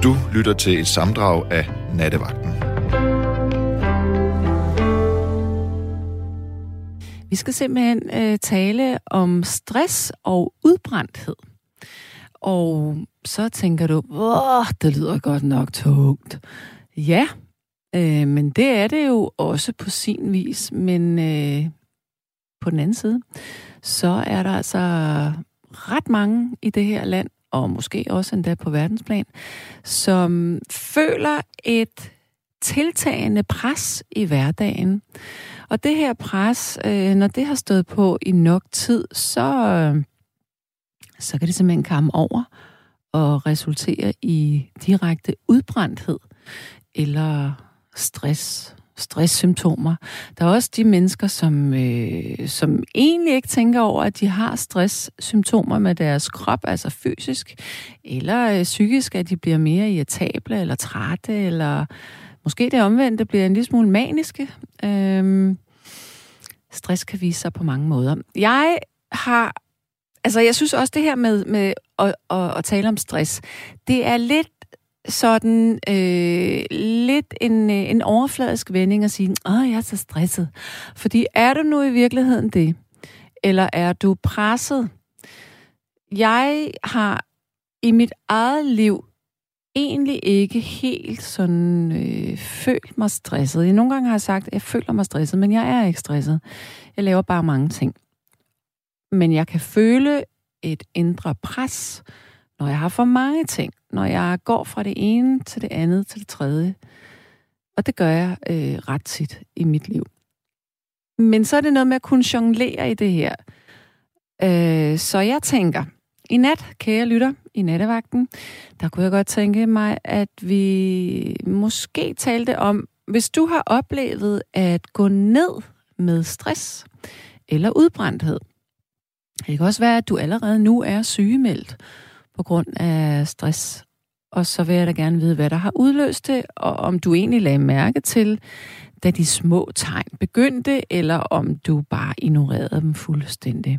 Du lytter til et sammendrag af Nattevagten. Vi skal simpelthen tale om stress og udbrændthed. Og så tænker du, det lyder godt nok tungt. Ja, men det er det jo også på sin vis. Men på den anden side, så er der altså ret mange i det her land, og måske også endda på verdensplan, som føler et tiltagende pres i hverdagen. Og det her pres, når det har stået på i nok tid, så kan det simpelthen komme over og resultere i direkte udbrændthed eller stresssymptomer. Der er også de mennesker, som egentlig ikke tænker over, at de har stresssymptomer med deres krop, altså fysisk, eller psykisk, at de bliver mere irritable eller trætte, eller måske det omvendte bliver en lille smule maniske. Stress kan vise sig på mange måder. Jeg synes også det her med at tale om stress, det er lidt sådan lidt en overfladisk vending at sige, jeg er så stresset. Fordi er du nu i virkeligheden det? Eller er du presset? Jeg har i mit eget liv egentlig ikke helt sådan følt mig stresset. Nogle gange har jeg sagt, at jeg føler mig stresset, men jeg er ikke stresset. Jeg laver bare mange ting. Men jeg kan føle et indre pres, når jeg har for mange ting. Når jeg går fra det ene til det andet til det tredje. Og det gør jeg ret tit i mit liv. Men så er det noget med at kunne jonglere i det her. Så jeg tænker, i nat, kære lytter, i Nattevagten, der kunne jeg godt tænke mig, at vi måske talte om, hvis du har oplevet at gå ned med stress eller udbrændthed. Det kan også være, at du allerede nu er sygemeldt på grund af stress. Og så vil jeg da gerne vide, hvad der har udløst det, og om du egentlig lagde mærke til, da de små tegn begyndte, eller om du bare ignorerede dem fuldstændig.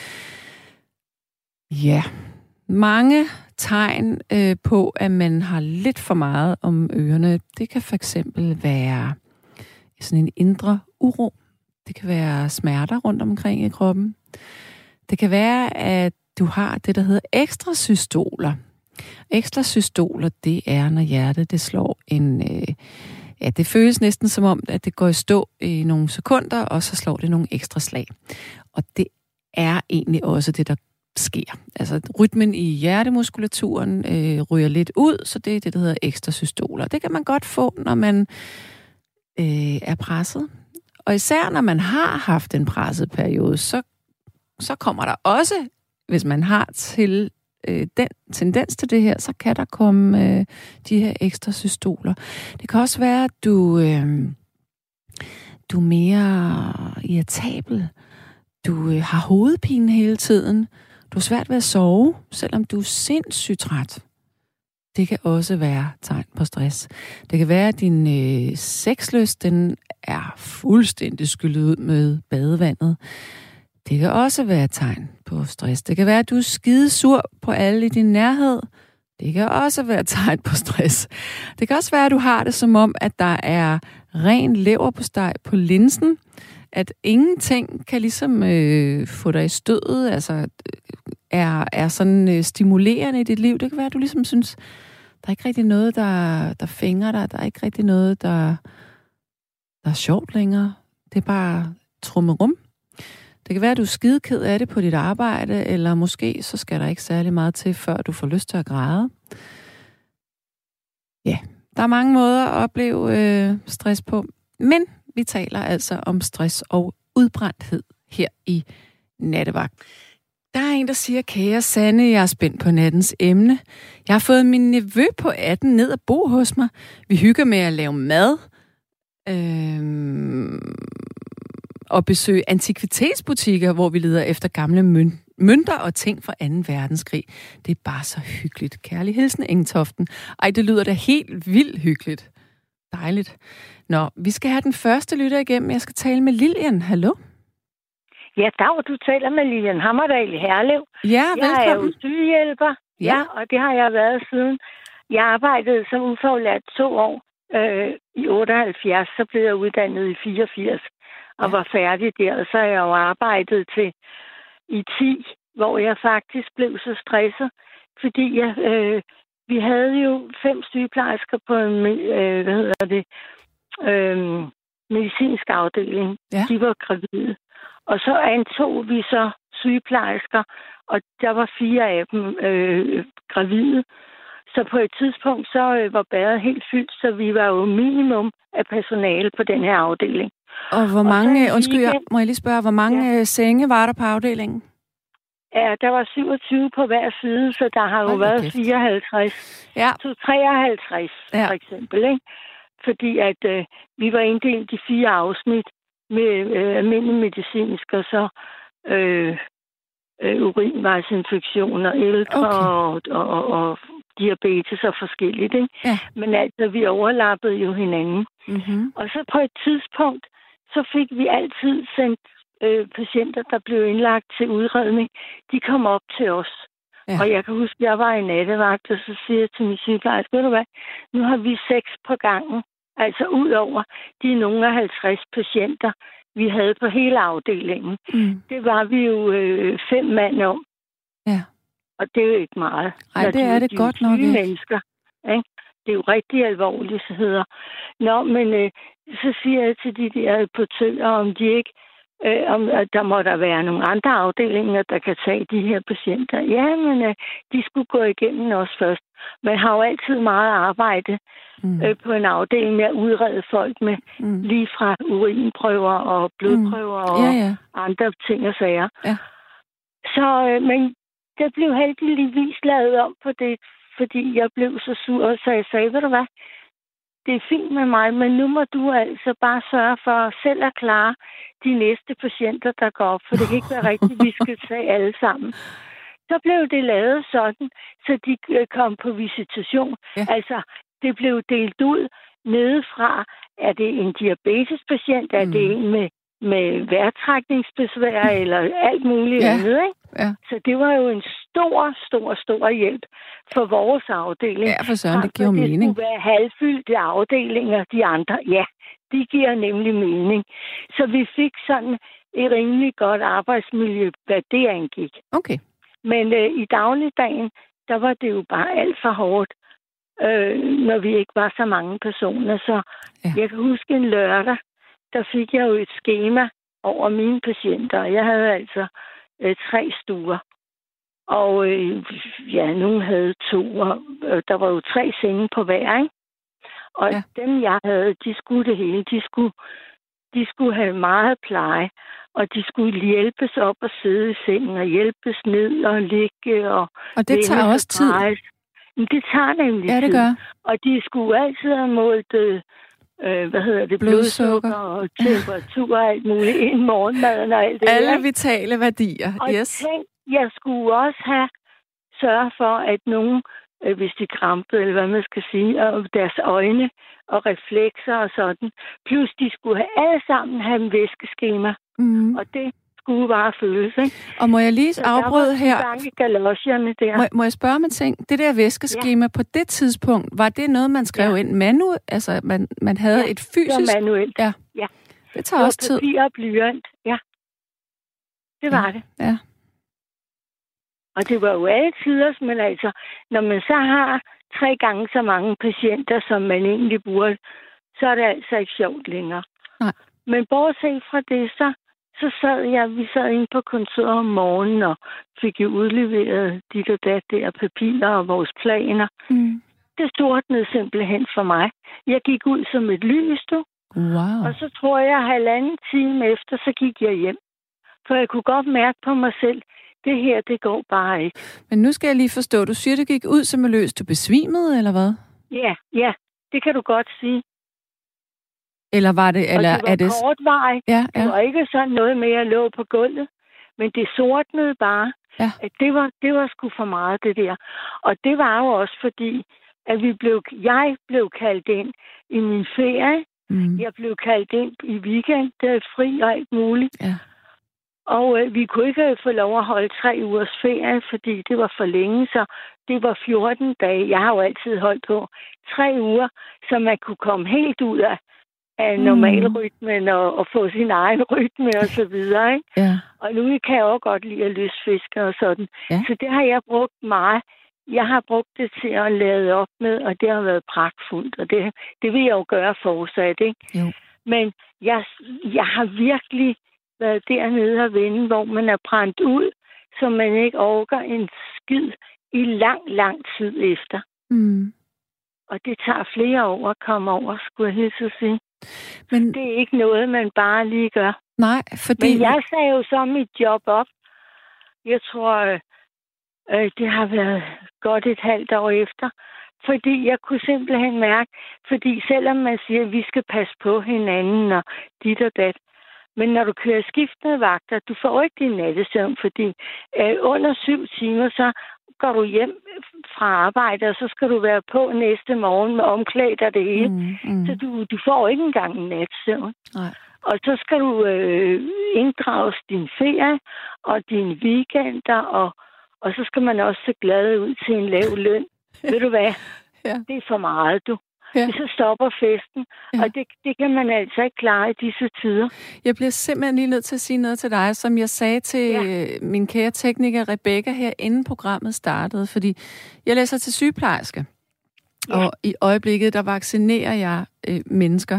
Ja, mange tegn på, at man har lidt for meget om ørerne. Det kan for eksempel være sådan en indre uro. Det kan være smerter rundt omkring i kroppen. Det kan være, at du har det, der hedder ekstrasystoler. Ekstrasystoler, det er, når hjertet det slår det føles næsten som om, at det går i stå i nogle sekunder, og så slår det nogle ekstra slag. Og det er egentlig også det, der sker. Altså rytmen i hjertemuskulaturen ryger lidt ud, så det er det, der hedder ekstrasystoler. Det kan man godt få, når man er presset. Og især når man har haft en presset periode, så kommer der også, hvis man har til den tendens til det her, så kan der komme de her ekstrasystoler. Det kan også være, at du er mere irritabel. Du har hovedpine hele tiden. Du har svært ved at sove, selvom du er sindssygt træt. Det kan også være tegn på stress. Det kan være, at din sexlyst, den er fuldstændig skyllet ud med badevandet. Det kan også være tegn på stress. Det kan være, at du er skidesur på alle i din nærhed. Det kan også være tegn på stress. Det kan også være, at du har det som om, at der er ren leverpostej på linsen. At ingenting kan ligesom få dig i stødet, altså er sådan stimulerende i dit liv. Det kan være, at du ligesom synes, der er ikke rigtig noget, der fænger dig. Der er ikke rigtig noget, der er sjovt længere. Det er bare trummerum. Det kan være, at du er skideked af det på dit arbejde, eller måske så skal der ikke særlig meget til, før du får lyst til at græde. Ja, der er mange måder at opleve stress på, men vi taler altså om stress og udbrændthed her i Nattevagt. Der er en, der siger, kære Sanne, jeg er spændt på nattens emne. Jeg har fået min nevø på 18 ned at bo hos mig. Vi hygger med at lave mad. Og besøge antikvitetsbutikker, hvor vi leder efter gamle mønter og ting fra 2. verdenskrig. Det er bare så hyggeligt. Kærlig hilsen, Engtoften. Ej, det lyder da helt vildt hyggeligt. Dejligt. Nå, vi skal have den første lytter igennem. Jeg skal tale med Lilian. Hallo? Ja, du taler med Lilian Hammerdal i Herlev. Ja, velkommen. Jeg er jo sygehjælper. Ja, og det har jeg været siden Jeg arbejdede som ufaglært 2 år. I 78, så blev jeg uddannet i 84 og var færdig der. Og så har jeg jo arbejdet til i 10, hvor jeg faktisk blev så stresset, fordi vi havde jo 5 sygeplejersker på en medicinsk afdeling. Ja. De var gravide. Og så antog vi så sygeplejersker, og der var 4 af dem gravide. Så på et tidspunkt, så var badet helt fyldt, så vi var jo minimum af personale på den her afdeling. Og hvor mange, må jeg lige spørge, hvor mange senge var der på afdelingen? Ja, der var 27 på hver side, så der har jo været 54. Ja. Så 53 for eksempel, ikke? Fordi at vi var inddelt i 4 afsnit med almindelig medicinsk, og så urinvejsinfektioner, ældre og diabetes og forskelligt, ikke? Ja. Men altså, vi overlappede jo hinanden. Mm-hmm. Og så på et tidspunkt, så fik vi altid sendt patienter, der blev indlagt til udredning. De kom op til os. Ja. Og jeg kan huske, at jeg var i nattevagt, og så siger jeg til min sygeplejerske, ved du hvad, nu har vi 6 på gangen. Altså ud over de nogle af 50 patienter, vi havde på hele afdelingen. Mm. Det var vi jo 5 mand om. Ja. Og det er jo ikke meget. Nej, det er det godt nok ikke. Mennesker, ikke? Det er jo rigtig alvorligt, så hedder. Nå, men så siger jeg til de der portører, om de ikke, at der må der være nogle andre afdelinger, der kan tage de her patienter. Ja, men de skulle gå igennem os først. Man har jo altid meget arbejde på en afdeling med at udrede folk med lige fra urinprøver og blodprøver og andre ting og sager. Ja. Så, men det blev heldigvis lavet om på det, fordi jeg blev så sur, så jeg sagde, ved du hvad, det er fint med mig, men nu må du altså bare sørge for selv at klare de næste patienter, der går op, for det kan ikke være rigtigt, vi skal tage alle sammen. Så blev det lavet sådan, så de kom på visitation. Ja. Altså, det blev delt ud nedefra. Er det en diabetespatient? Er det en med vejrtrækningsbesvær eller alt muligt andet, ikke? Ja. Så det var jo en stor hjælp for vores afdeling. Ja, for søren, det giver mening. Det skulle være halvfyldte afdelinger, de andre. Ja, de giver nemlig mening. Så vi fik sådan et rimelig godt arbejdsmiljø, hvad det angik. Okay. Men i dagligdagen, der var det jo bare alt for hårdt, når vi ikke var så mange personer. Så jeg kan huske en lørdag, der fik jeg jo et skema over mine patienter. Jeg havde altså 3 stuer. Og nogen havde 2, og der var jo 3 senge på hver, ikke? Og dem, jeg havde, de skulle det hele. De skulle have meget pleje, og de skulle hjælpes op og sidde i sengen, og hjælpes ned og ligge. Og det tager også tid. Men det tager nemlig tid. Ja, det gør. Og de skulle altid have målt blodsukker og temperatur og alt muligt inden morgenmaden og alt det. Alle vitale værdier, og tænk, jeg skulle også sørge for, at nogen, hvis de krampede, eller hvad man skal sige, og deres øjne og reflekser og sådan, plus de skulle alle sammen have en væskeskema. Mm. Og det skulle bare føles, ikke? Og må jeg lige afbryde her? Der. Må jeg spørge med ting? Det der væskeskema på det tidspunkt, var det noget, man skrev ind manuelt? Altså, man havde et fysisk... Det var manuelt. Ja. Det tager også tid. Papir og blyant, ja. Det var det. Ja. Og det var jo alle tiders, men altså, når man så har 3 gange så mange patienter, som man egentlig burde, så er det altså ikke sjovt længere. Nej. Men bortset fra det, så vi sad inde på kontoret om morgenen og fik jo udleveret dit og dat der papirer og vores planer. Mm. Det sortnede simpelthen for mig. Jeg gik ud som et lys, du. Wow. Og så tror jeg 1,5 time efter, så gik jeg hjem. For jeg kunne godt mærke på mig selv, det her, det går bare ikke. Men nu skal jeg lige forstå, du siger, du gik ud som et løs. Du besvimede, eller hvad? Ja, det kan du godt sige. Eller var det... Eller og det var kortvarigt. Ja. Det var ikke sådan noget med, at jeg lå på gulvet. Men det sortnede bare. Ja. At det var sgu for meget, det der. Og det var jo også fordi, at jeg blev kaldt ind i min ferie. Mm. Jeg blev kaldt ind i weekend, fri og alt muligt. Ja. Og vi kunne ikke få lov at holde 3 ugers ferie, fordi det var for længe, så det var 14 dage. Jeg har jo altid holdt på 3 uger, så man kunne komme helt ud af normalrytmen og få sin egen rytme og så videre. Ikke? Ja. Og nu kan jeg også godt lide at lystfiske og sådan. Ja. Så det har jeg brugt meget. Jeg har brugt det til at lade op med, og det har været pragtfuldt. Og det vil jeg jo gøre fortsat, ikke? Jo. Men jeg har virkelig været dernede og vende, hvor man er brændt ud, så man ikke orker en skid i lang tid efter. Mm. Og det tager flere år at komme over, skulle jeg hilse at sige. Men det er ikke noget, man bare lige gør. Nej, fordi... Men jeg sagde jo så mit job op. Jeg tror, det har været godt et halvt år efter. Fordi jeg kunne simpelthen mærke, fordi selvom man siger, at vi skal passe på hinanden og dit og dat, men når du kører skiftende vagter, du får ikke din nattesøvn, fordi under 7 timer, så går du hjem fra arbejde, og så skal du være på næste morgen med omklædt og det hele. Så du får ikke engang en nattesøvn. Nej. Og så skal du inddrages din ferie og dine weekender, og så skal man også se glad ud til en lav løn. Ved du hvad? Ja. Det er for meget, du. Ja. Så stopper festen, og det kan man altså ikke klare i disse tider. Jeg bliver simpelthen lige nødt til at sige noget til dig, som jeg sagde til min kære tekniker Rebecca her, inden programmet startede, fordi jeg læser til sygeplejerske, og i øjeblikket, der vaccinerer jeg mennesker.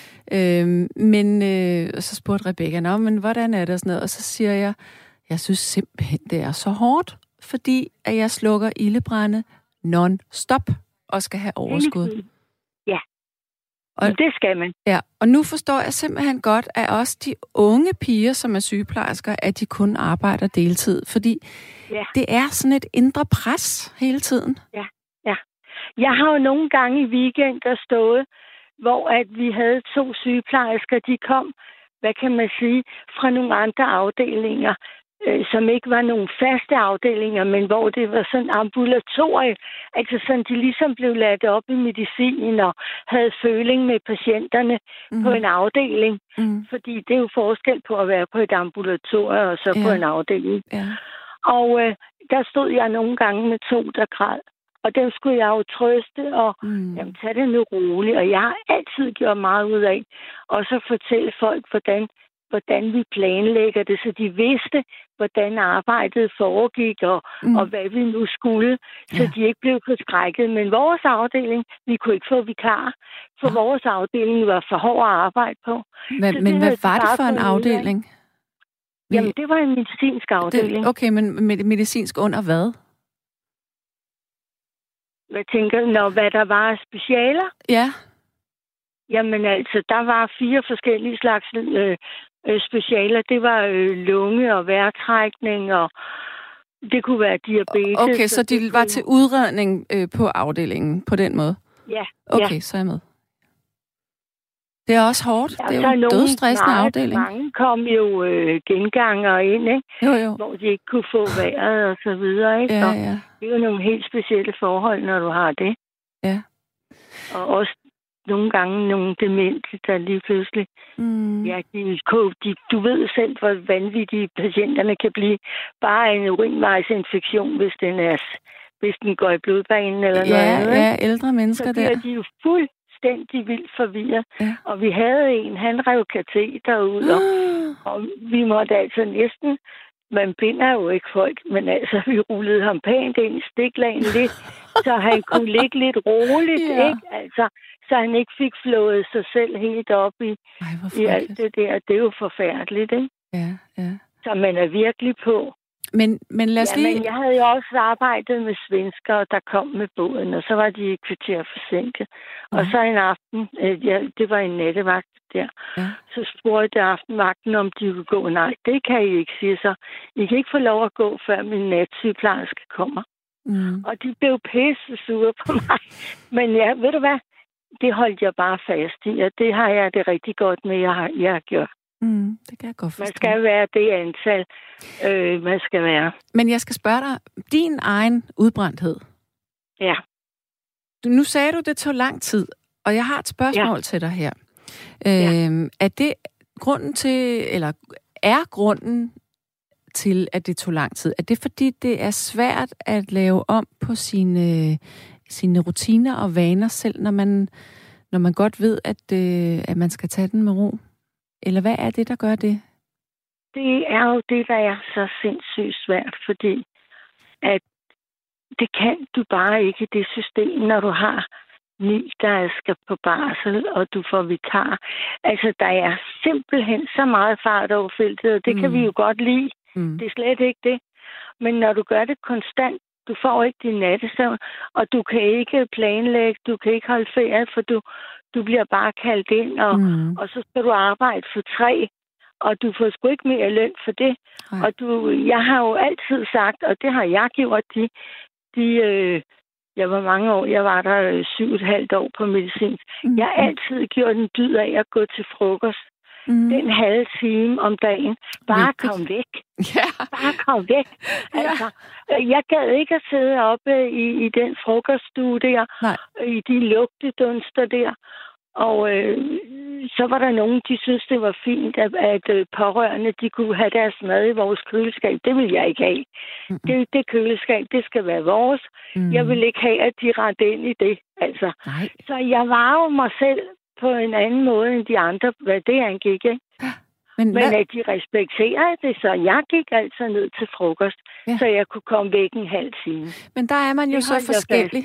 Men så spurgte Rebecca, men hvordan er det og sådan noget? Og så siger jeg synes simpelthen, det er så hårdt, fordi at jeg slukker ildebrænde non-stop og skal have overskud. Ja, og det skal man. Ja, og nu forstår jeg simpelthen godt, at også de unge piger, som er sygeplejersker, at de kun arbejder deltid, fordi det er sådan et indre pres hele tiden. Ja. Jeg har jo nogle gange i weekender stået, hvor at vi havde 2 sygeplejersker, de kom, hvad kan man sige, fra nogle andre afdelinger, som ikke var nogle faste afdelinger, men hvor det var sådan ambulatorie. Altså sådan, de ligesom blev ladt op i medicin og havde føling med patienterne på en afdeling. Fordi det er jo forskel på at være på et ambulatorie og så på en afdeling. Ja. Og der stod jeg nogle gange med 2, der græd. Og dem skulle jeg jo trøste og tage det nu roligt. Og jeg har altid gjort meget ud af og så fortælle folk, hvordan vi planlægger det, så de vidste, hvordan arbejdet foregik, og hvad vi nu skulle, så de ikke blev forskrækket. Men vores afdeling, vi kunne ikke få vikar, for vores afdeling var for hård at arbejde på. Men hvad var det for en afdeling? Jamen, det var en medicinsk afdeling. Okay, men medicinsk under hvad? Hvad tænker du? Hvad der var af specialer? Ja. Jamen altså, der var 4 forskellige slags specialer. Det var lunge og vejrtrækning, og det kunne være diabetes. Okay, så de var til udredning på afdelingen på den måde? Ja. Okay, så er jeg med. Det er også hårdt. Det er jo en dødsstressende afdeling. Mange kom jo gengangere ind, ikke? Jo. Hvor de ikke kunne få vejret og så videre, ikke? Ja. Det er jo nogle helt specielle forhold, når du har det. Ja. Og også nogle gange nogle demente, der lige pludselig... du ved selv, hvor vanvittige patienterne kan blive. Bare en urinvejsinfektion, hvis den går i blodbanen eller noget andet. Ja, ældre mennesker der. Så bliver de jo fuldstændig vildt forvirret. Ja. Og vi havde en, han rev kateter ud, og vi måtte altså næsten... Man binder jo ikke folk, men altså, vi rullede ham pænt ind i stiklagen lidt, så han kunne ligge lidt roligt, ikke? Altså, så han ikke fik flået sig selv helt op i alt det der. Det er jo forfærdeligt, ikke? Ja. Så man er virkelig på. Men lad os lige... men jeg havde jo også arbejdet med svenskere, der kom med båden, og så var de et kvarter forsinket. Og så en aften, det var en nattevagt der, så spurgte aftenvagten, om de kunne gå. Nej, det kan I ikke, sige så. I kan ikke få lov at gå, før min natsygeplejerske kommer. Og de blev pisse sure på mig. Men ved du hvad? Det holdt jeg bare fast i, og det har jeg det rigtig godt med, jeg har gjort. Det kan jeg godt forstå. Man skal være det antal, man skal være. Men jeg skal spørge dig, din egen udbrændthed. Ja. Nu sagde du, det tog lang tid, og jeg har et spørgsmål til dig her. Er det grunden til, eller er grunden til, at det tog lang tid? Er det fordi, det er svært at lave om på sine rutiner og vaner selv, når man godt ved, at man skal tage den med ro? Eller hvad er det, der gør det? Det er jo det, der er så sindssygt svært, fordi at det kan du bare ikke i det system, når du har 9, der skal på barsel, og du får vikar. Altså, der er simpelthen så meget fart over feltet, og det kan vi jo godt lide. Det er slet ikke det. Men når du gør det konstant, du får ikke din nattesøvn, og du kan ikke planlægge, du kan ikke holde ferie, for du bliver bare kaldt ind, og så skal du arbejde for 3, og du får sgu ikke mere løn for det. Ej. Og jeg har jo altid sagt, og det har jeg gjort, jeg var mange år, jeg var der 7,5 år på medicin. Jeg har altid gjort en dyd af at gå til frokost. Den halve time om dagen. Bare kom væk. Ja. Bare kom væk. Altså, jeg gad ikke at sidde oppe i den frokoststue der, i de lugtedunster der. Og så var der nogen, de synes det var fint, at pårørende, de kunne have deres mad i vores køleskab. Det vil jeg ikke have. Det køleskab, det skal være vores. Jeg vil ikke have, at de rendte ind i det. Altså. Så jeg var jo mig selv på en anden måde end de andre, hvad det angik, ikke? Men at de respekterede det, så jeg gik altså ned til frokost, så jeg kunne komme væk en halv time. Men der er man jo så forskellig.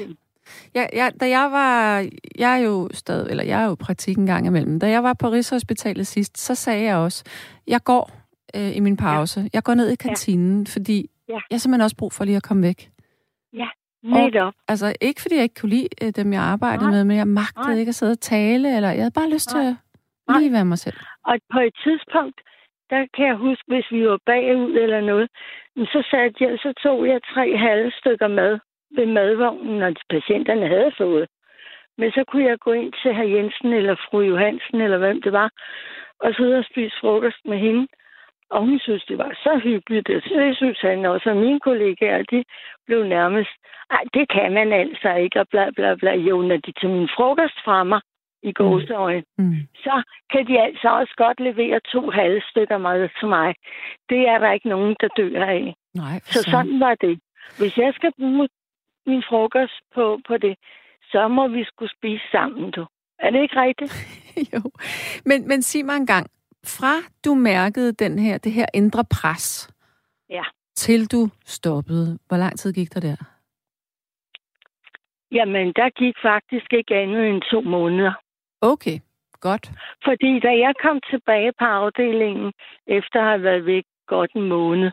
Jeg er jo praktik en gang imellem. Da jeg var på Rigshospitalet sidst, så sagde jeg også, jeg går i min pause. Jeg går ned i kantinen, fordi jeg har simpelthen også brug for lige at komme væk. Ja, netop. Altså ikke fordi jeg ikke kunne lide dem, jeg arbejdede med, men jeg magtede ikke at sidde og tale, eller jeg havde bare lyst til at lige være mig selv. Og på et tidspunkt, der kan jeg huske, hvis vi var bagud eller noget, så tog jeg 3 halve stykker mad ved madvognen, når patienterne havde fået. Men så kunne jeg gå ind til hr. Jensen eller fru Johansen, eller hvem det var, og sidde og spise frokost med hende. Og hun synes, det var så hyggeligt. Det synes han også. Og mine kollegaer, de blev nærmest, det kan man altså ikke, og bla bla bla. Jo, når de tager min frokost fra mig i gåseøjne, så kan de altså også godt levere 2 halve stykker mad til mig. Det er der ikke nogen, der dør af. Nej, så sådan var det. Hvis jeg skal bruge min frokost på det, så må vi skulle spise sammen, du. Er det ikke rigtigt? Jo. Men sig mig engang, fra du mærkede det her indre pres, til du stoppede, hvor lang tid gik der der? Jamen, der gik faktisk ikke andet end 2 måneder. Okay, godt. Fordi da jeg kom tilbage på afdelingen, efter at have været væk godt en måned,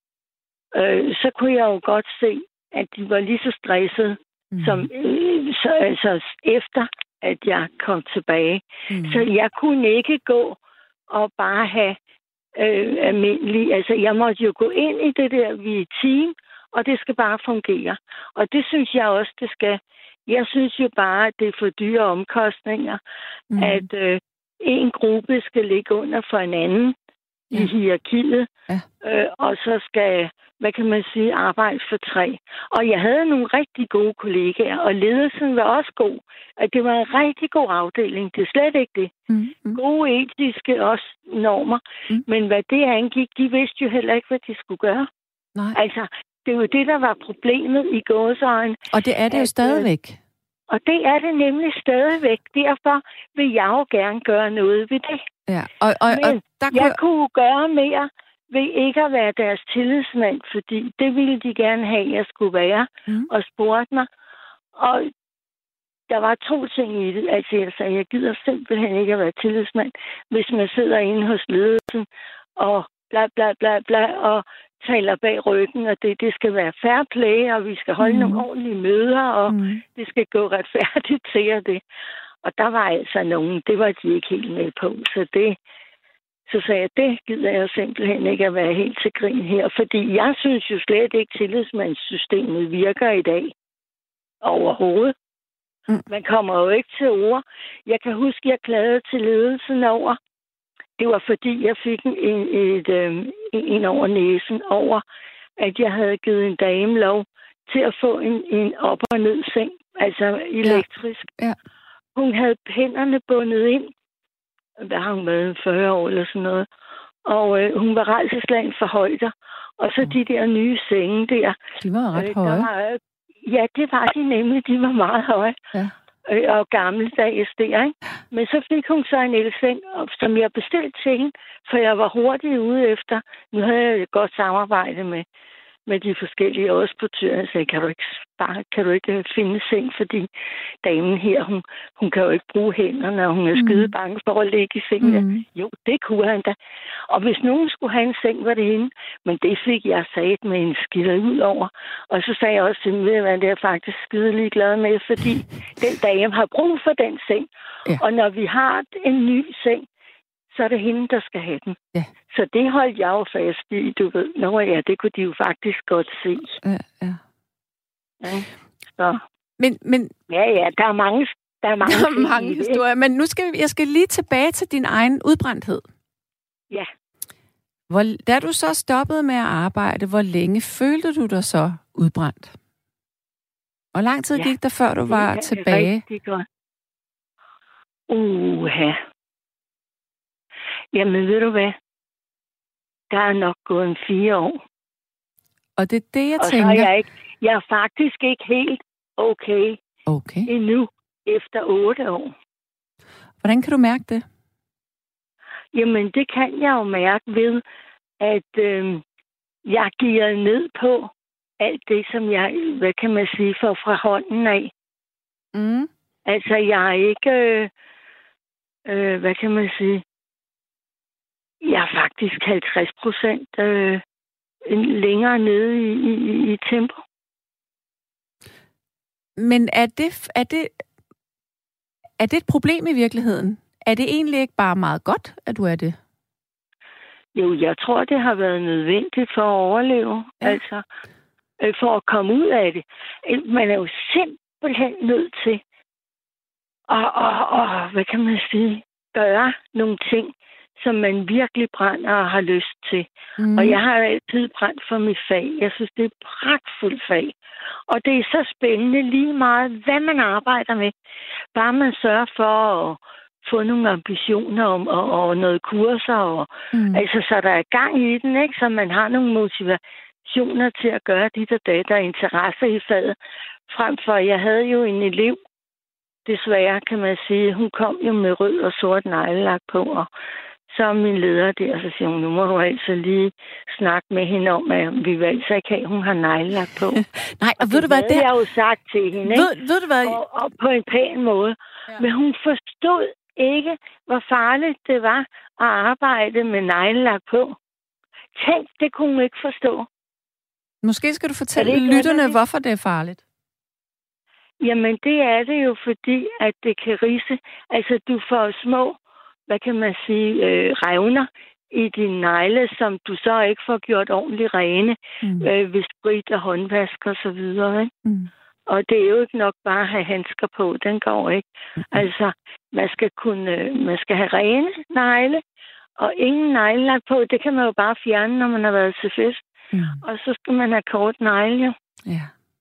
så kunne jeg jo godt se, at de var lige så stressede, som altså efter, at jeg kom tilbage. Så jeg kunne ikke gå og bare have almindelig... Altså, jeg måtte jo gå ind i det der, vi er team, og det skal bare fungere. Og det synes jeg også, det skal. Jeg synes jo bare, at det er for dyre omkostninger, at en gruppe skal ligge under for en anden i hierarkiet, og så skal, hvad kan man sige, arbejde for 3. Og jeg havde nogle rigtig gode kollegaer, og ledelsen var også god. At det var en rigtig god afdeling. Det er slet ikke det. Gode etiske også normer. Men hvad det angik, de vidste jo heller ikke, hvad de skulle gøre. Nej. Altså, det er jo det, der var problemet i gåseøjne. Og det er det jo stadigvæk. Og det er det nemlig stadigvæk. Derfor vil jeg jo gerne gøre noget ved det. Ja. Men jeg kunne gøre mere ved ikke at være deres tillidsmand, fordi det ville de gerne have, jeg skulle være, og spurgte mig. Og der var 2 ting i det. Altså, jeg sagde, jeg gider simpelthen ikke at være tillidsmand, hvis man sidder inde hos ledelsen og bla bla bla bla, og taler bag ryggen, og det skal være fair play, og vi skal holde nogle ordentlige møder, og det skal gå retfærdigt til og det. Og der var altså nogen, det var de ikke helt med på. Så sagde jeg, det gider jeg simpelthen ikke at være helt til grin her, fordi jeg synes jo slet ikke, tillidsmandssystemet virker i dag overhovedet. Man kommer jo ikke til ord. Jeg kan huske, jeg klagede til ledelsen over. Det var fordi, jeg fik en over næsen over, at jeg havde givet en dame lov til at få en op- og ned seng, altså elektrisk. Ja. Hun havde hænderne bundet ind. Der har hun været 40 år eller sådan noget. Og hun var rædselsslagen for højder. Og så de der nye senge der. De var ret høje. Ja, det var de nemlig. De var meget høje. Ja. Og gammeldags der, ikke? Men så fik hun så en elseng, som jeg bestilte til hende, for jeg var hurtigt ude efter. Nu havde jeg et godt samarbejde med de forskellige også på Tyren, så kan du ikke finde seng, fordi damen her, hun kan jo ikke bruge hænderne, og hun er skide bange for at ligge i sengen. Jo, det kunne han da. Og hvis nogen skulle have en seng, var det hende. Men det fik jeg sagt med en skider ud over. Og så sagde jeg også til hende, at det er faktisk skide ligeglad med, fordi den dame har brug for den seng. Ja. Og når vi har en ny seng, så er det hende, der skal have den. Ja. Så det holdt jeg jo fast i, du ved. Nå ja, det kunne de jo faktisk godt se. Ja. Så. Men ja, der er mange historier. Men nu jeg skal lige tilbage til din egen udbrændthed. Ja. Da du så stoppede med at arbejde, hvor længe følte du dig så udbrændt? Hvor lang tid gik der, før du var tilbage? Rigtig godt. Jamen, ved du hvad? Der er nok gået 4 år. Og det er det, jeg og tænker. Og jeg er faktisk ikke helt okay endnu, efter 8 år. Hvordan kan du mærke det? Jamen, det kan jeg jo mærke ved, at jeg giver ned på alt det, som jeg, hvad kan man sige, får fra hånden af. Altså, jeg er ikke, hvad kan man sige, jeg er faktisk 50% længere nede i tempo. Men er det et problem i virkeligheden? Er det egentlig ikke bare meget godt, at du er det? Jo, jeg tror, det har været nødvendigt for at overleve. Ja. Altså, for at komme ud af det. Man er jo simpelthen nødt til at hvad kan man sige, gøre nogle ting, som man virkelig brænder og har lyst til. Og jeg har altid brændt for mit fag. Jeg synes, det er et pragtfuldt fag. Og det er så spændende lige meget, hvad man arbejder med. Bare man sørger for at få nogle ambitioner og noget kurser. Og, altså, så der er gang i den, ikke? Så man har nogle motivationer til at gøre dit og dat, der er interesse i faget. Frem for, jeg havde jo en elev, desværre kan man sige, hun kom jo med rød og sort neglelak på, og så er min leder der, så siger hun, nu må du altså lige snakke med hende om, at vi vil altså ikke have, hun har neglelak på. Nej, og ved du hvad, det har jeg jo sagt til hende, ved du hvad? Og på en pæn måde. Ja. Men hun forstod ikke, hvor farligt det var at arbejde med neglelak på. Tænk, det kunne hun ikke forstå. Måske skal du fortælle lytterne, hvorfor det er farligt. Jamen, det er det jo, fordi at det kan ridse. Altså, du får små, hvad kan man sige, revner i dine negle, som du så ikke får gjort ordentligt rene ved sprit og håndvask og så videre. Ikke? Og det er jo ikke nok bare at have handsker på. Den går ikke. Altså, man skal have rene negle, og ingen neglelak på. Det kan man jo bare fjerne, når man har været til fest. Og så skal man have kort negle, jo. Ja.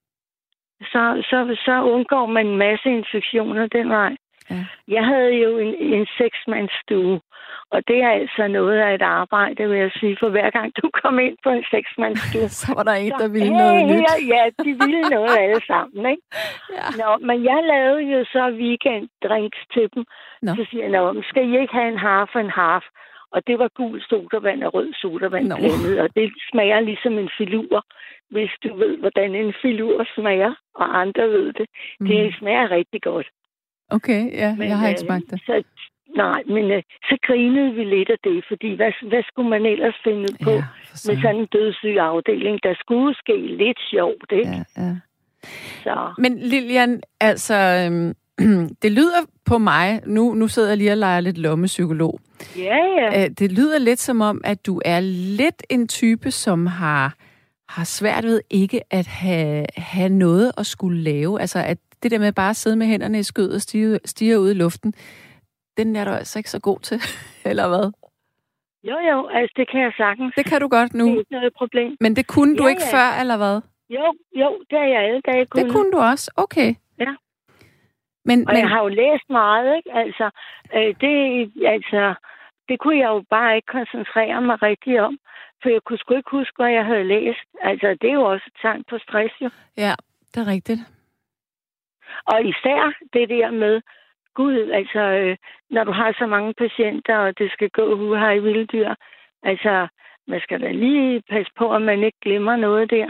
Så undgår man en masse infektioner den vej. Ja. Jeg havde jo en 6-mandsstue, og det er altså noget af et arbejde, vil jeg sige, for hver gang du kom ind på en 6-mandsstue. Så var der en, der ville noget nyt. Ja, de ville noget alle sammen, ikke? Ja. Nå, men jeg lavede jo så weekenddrinks til dem. Så siger jeg, skal I ikke have en half og en half? Og det var gul sodavand og rød sodavand blandet, og det smager ligesom en filur, hvis du ved, hvordan en filur smager, og andre ved det. Det smager rigtig godt. Okay, ja, men jeg har ikke smagt det. Så grinede vi lidt af det, fordi hvad skulle man ellers finde på med sådan en dødssyg afdeling? Der skulle ske lidt sjovt, ikke? Ja. Så. Men Lilian, altså, det lyder på mig, nu sidder jeg lige og leger lidt lommepsykolog. Ja. Det lyder lidt som om, at du er lidt en type, som har svært ved ikke at have noget at skulle lave. Altså, at det der med bare at sidde med hænderne i skød og stige ud i luften, den er du altså ikke så god til, eller hvad? Jo, altså det kan jeg sagtens. Det kan du godt nu. Det er ikke noget problem. Men det kunne du ikke før, eller hvad? Jo, det er jeg alle dage kunne. Det kunne du også, okay. Ja. Men jeg har jo læst meget, ikke? Altså, det kunne jeg jo bare ikke koncentrere mig rigtig om. For jeg kunne sgu ikke huske, hvad jeg havde læst. Altså, det er jo også et tegn på stress, jo. Ja, det er rigtigt. Og især det der med, Gud, altså, når du har så mange patienter, og det skal gå her i vilde dyr, altså, man skal da lige passe på, at man ikke glemmer noget der.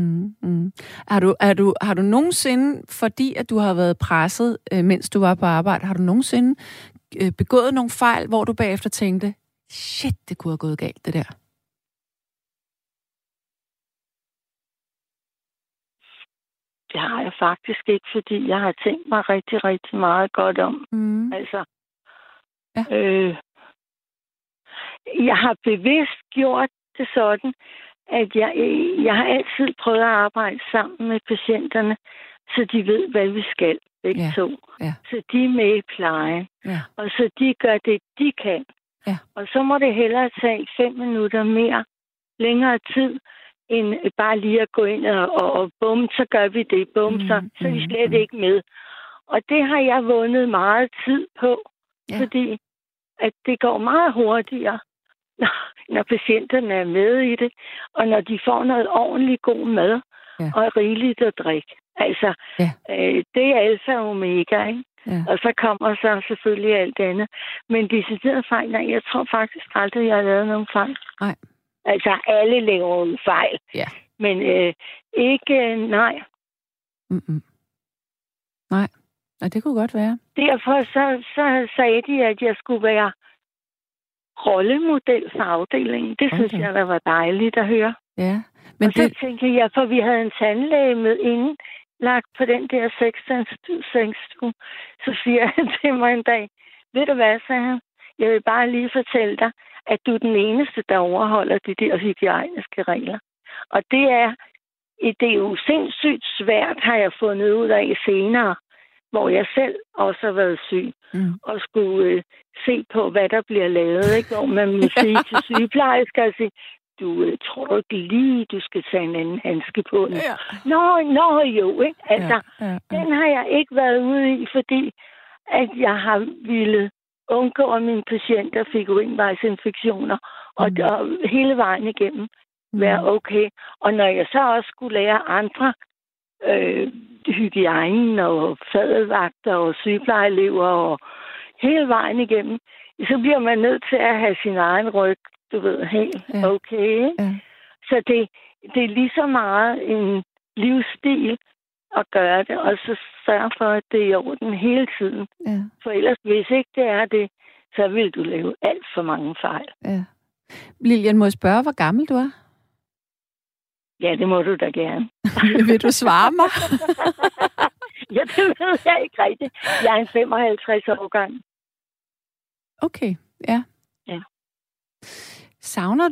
Har du nogensinde, fordi at du har været presset, mens du var på arbejde, har du nogensinde begået nogle fejl, hvor du bagefter tænkte, shit, det kunne have gået galt, det der? Det har jeg faktisk ikke, fordi jeg har tænkt mig rigtig, rigtig meget godt om. Altså, ja. Jeg har bevidst gjort det sådan, at jeg har altid prøvet at arbejde sammen med patienterne, så de ved, hvad vi skal, begge to. Ja. Så de er med i plejen. Ja. Og så de gør det, de kan. Ja. Og så må det hellere tage 5 minutter mere, længere tid, end bare lige at gå ind og bum, så gør vi det, bum, så er vi slet ikke med. Og det har jeg vundet meget tid på, fordi at det går meget hurtigere, når patienterne er med i det, og når de får noget ordentligt god mad og rigeligt at drikke. Altså, det er alfa og omega, ikke? Ja. Og så kommer så selvfølgelig alt andet. Men decideret fejl, nej, jeg tror faktisk aldrig, jeg har lavet nogen fejl. Nej. Altså, alle laver en fejl. Ja. Men ikke, nej. Nej. Og det kunne godt være. Derfor så sagde de, at jeg skulle være rollemodel for afdelingen. Det synes jeg, der var dejligt at høre. Ja. Men og så tænkte jeg, for vi havde en tandlæge med inden lagt på den der sengstue. Så siger han til mig en dag, ved du hvad, sagde han, jeg vil bare lige fortælle dig, at du er den eneste, der overholder de der hygiejniske regler. Og det er jo sindssygt svært, har jeg fundet ud af senere, hvor jeg selv også har været syg, og skulle se på, hvad der bliver lavet, ikke? Hvor man må sige til sygeplejersker og sige, du tror du ikke lige, du skal tage en anden handske på den. Ja. Nå, jo, ikke? Altså, den har jeg ikke været ude i, fordi at jeg har ville undgå, at mine patienter fik urinvejsinfektioner, og hele vejen igennem være okay. Og når jeg så også skulle lære andre hygiejnen og fadevagter og sygeplejeelever og hele vejen igennem, så bliver man nødt til at have sin egen ryg, du ved, helt okay. Ja. Så det er lige så meget en livsstil at gøre det, og så sørge for, at det er i orden hele tiden. Ja. For ellers, hvis ikke det er det, så vil du lave alt for mange fejl. Ja. Lilian, må jeg spørge, hvor gammel du er? Ja, det må du da gerne. Vil du svare mig? Ja, det ved jeg ikke rigtigt. Jeg er en 55 år gammel. Okay, ja. Savner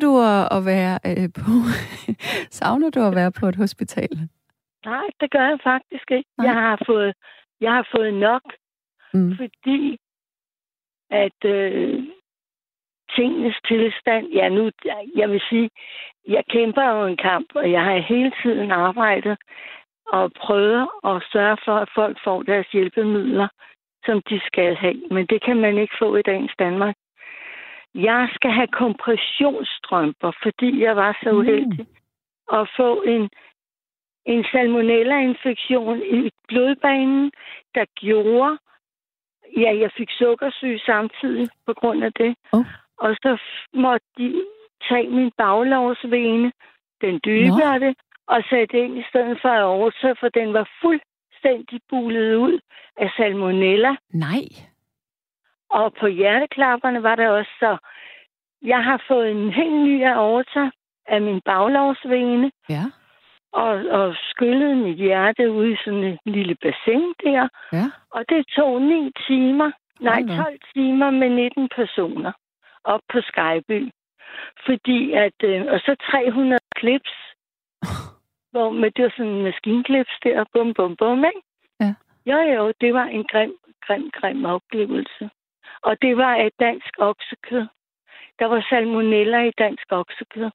du at være på et hospital? Nej, det gør jeg faktisk ikke. Jeg har fået nok, fordi at tingenes tilstand, jeg vil sige, jeg kæmper jo en kamp, og jeg har hele tiden arbejdet og prøvet at sørge for, at folk får deres hjælpemidler, som de skal have. Men det kan man ikke få i dagens Danmark. Jeg skal have kompressionsstrømper, fordi jeg var så uheldig at få en salmonella-infektion i blodbanen, der gjorde, jeg fik sukkersyge samtidig på grund af det. Og så måtte de tage min baglovsvene, den dybe af det, og sætte ind i stedet for aorta, for den var fuldstændig bulet ud af salmonella. Nej. Og på hjerteklapperne var der også så. Jeg har fået en helt ny aorta af min baglovsvene. Ja. Og skyllede mit hjerte ud i sådan et lille bassin der. Ja. Og det tog 9 timer. Nej, 12 timer med 19 personer op på Skyby. Fordi at... og så 300 clips. Hvor med det var sådan en maskinklips der. Bum, bum, bum, ikke? Ja. Jo, det var en grim oplevelse. Og det var et dansk oksekød. Der var salmonella i dansk oksekød.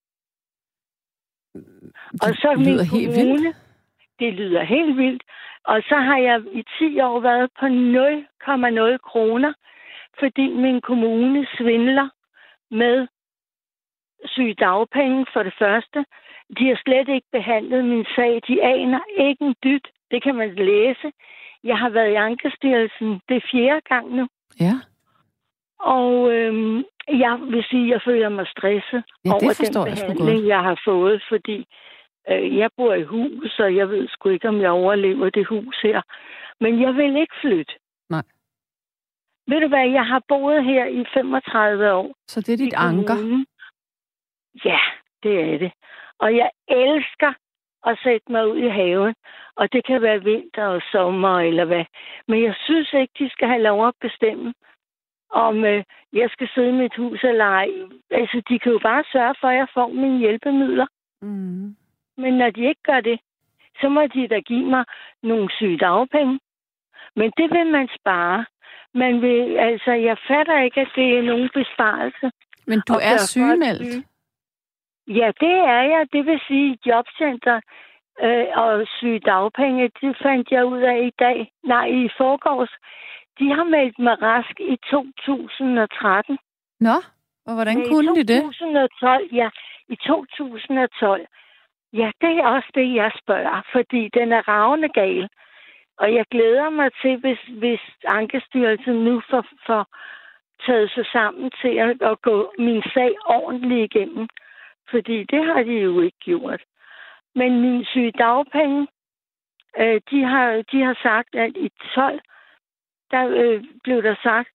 Og så min kommune, det lyder helt vildt. Og så har jeg i 10 år været på 0,0 kroner, fordi min kommune svindler med sygedagpenge for det første. De har slet ikke behandlet min sag. De aner ikke en dyt. Det kan man læse. Jeg har været i Ankestyrelsen. Det er 4. gang nu. Ja. Og jeg vil sige, at jeg føler mig stresset over den behandling, jeg har fået, fordi jeg bor i hus, og jeg ved sgu ikke, om jeg overlever det hus her. Men jeg vil ikke flytte. Nej. Ved du hvad, jeg har boet her i 35 år. Så det er dit anker? Ja, det er det. Og jeg elsker at sætte mig ud i haven. Og det kan være vinter og sommer eller hvad. Men jeg synes ikke, de skal have lov at bestemme, om jeg skal sidde i mit hus eller ej. Altså, de kan jo bare sørge for, at jeg får mine hjælpemidler. Mm. Men når de ikke gør det, så må de da give mig nogle sygedagpenge. Men det vil man spare. Man vil, altså, jeg fatter ikke, at det er nogen besparelse. Men du er sygemeldt? Ja, det er jeg. Det vil sige, jobcenter og sygedagpenge, det fandt jeg ud af i forgårs. De har meldt mig rask i 2013. Nå, og hvordan kunne de det? 2012, ja. I 2012. Ja, det er også det, jeg spørger, fordi den er ravende gal. Og jeg glæder mig til, hvis Ankestyrelsen nu får taget sig sammen til at gå min sag ordentligt igennem. Fordi det har de jo ikke gjort. Men mine sygedagpenge, de har sagt, at i 12, der blev der sagt,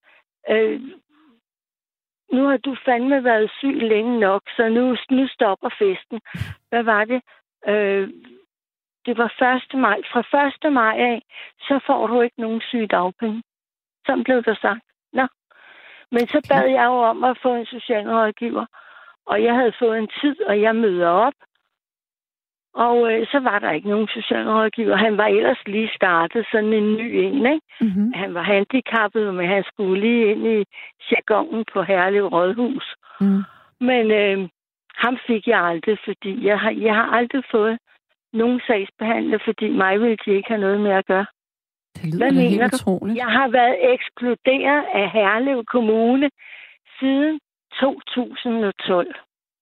nu har du fandme været syg længe nok, så nu stopper festen. Hvad var det? Det var 1. maj. Fra 1. maj af, så får du ikke nogen sygedagpenge. Sådan blev der sagt. Nå. Men så bad jeg jo om at få en socialrådgiver. Og jeg havde fået en tid, og jeg møder op. Og så var der ikke nogen socialrådgiver. Han var ellers lige startet, sådan en ny en, ikke? Mm-hmm. Han var handicappet, men han skulle lige ind i jargonen på Herlev Rådhus. Mm. Men ham fik jeg aldrig, fordi jeg har aldrig fået nogen sagsbehandler, fordi mig ville de ikke have noget med at gøre. Det lyder da helt utroligt. Jeg har været ekskluderet af Herlev Kommune siden 2012.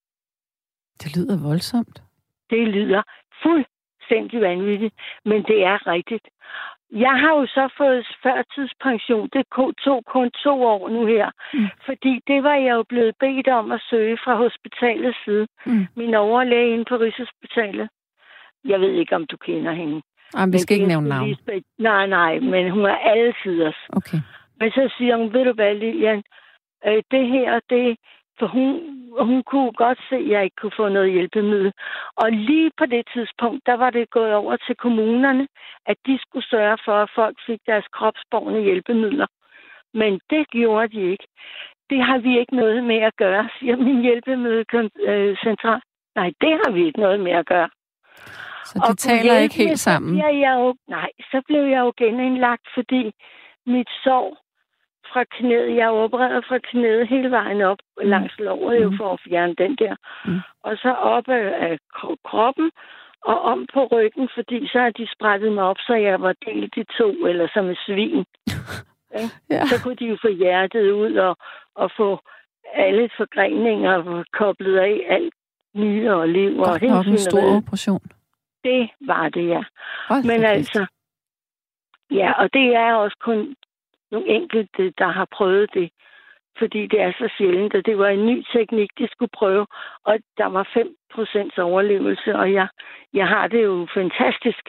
Det lyder voldsomt. Det lyder fuldstændig vanvittigt, men det er rigtigt. Jeg har jo så fået førtidspension. Det tog kun 2 år nu her. Fordi det var jeg jo blevet bedt om at søge fra hospitalets side. Min overlæge inde på Rigshospitalet. Jeg ved ikke, om du kender hende. Vi skal ikke nævne navn. Nej, men hun er alsiders. Okay. Men så siger hun, ved du hvad, Lilian, det her, for hun kunne godt se, at jeg ikke kunne få noget hjælpemiddel. Og lige på det tidspunkt, der var det gået over til kommunerne, at de skulle sørge for, at folk fik deres kropsbårne hjælpemidler. Men det gjorde de ikke. Det har vi ikke noget med at gøre, siger min hjælpemiddelcentral. Nej, det har vi ikke noget med at gøre. Så de taler ikke helt sammen? Så blev jeg jo genindlagt, fordi mit sår fra knæet, jeg er opereret fra knæet hele vejen op langs låret, jo for at fjerne den der. Og så op af kroppen og om på ryggen, fordi så har de sprættet mig op, så jeg var delt i 2, eller som et svin. Ja. Så kunne de jo få hjertet ud og få alle forgreninger koblet af, alt nyre og liv. Og nok en stor operation. Det var det, ja. Men altså, ja, og det er også kun nogle enkelte, der har prøvet det, fordi det er så sjældent, og det var en ny teknik, de skulle prøve, og der var 5% overlevelse, og jeg har det jo fantastisk.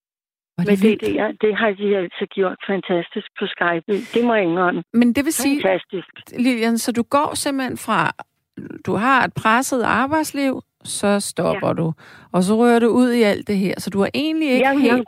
Men det har de altså gjort fantastisk på Skype. Det må jeg indrømme. Men det vil sige, fantastisk. Lilian, så du går simpelthen fra, du har et presset arbejdsliv, så stopper du, og så rører du ud i alt det her, så du har egentlig ikke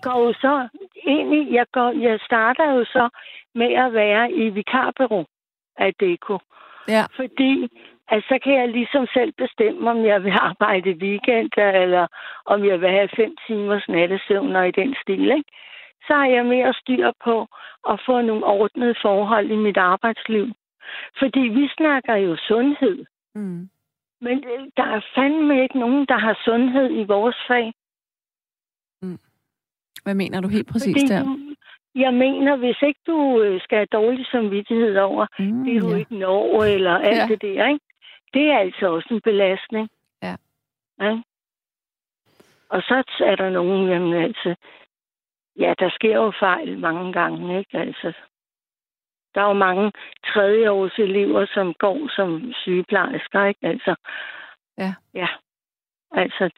jeg starter jo så med at være i vikarbureau af Deko. Ja. Fordi så kan jeg ligesom selv bestemme, om jeg vil arbejde weekender, eller om jeg vil have 5 timers nattesøvn og i den stil, ikke? Så har jeg mere styr på at få nogle ordnede forhold i mit arbejdsliv. Fordi vi snakker jo sundhed. Mm. Men der er fandme ikke nogen, der har sundhed i vores fag. Mm. Hvad mener du helt præcis der? Jeg mener, hvis ikke du skal have dårlig samvittighed over, det er jo ikke Norge eller alt det der, ikke? Det er altså også en belastning. Ja. Ja. Og så er der nogen, jamen altså, ja, der sker jo fejl mange gange, ikke? Altså, der er jo mange tredjeårs elever, som går som sygeplejersker, ikke? Altså, ja. Altså,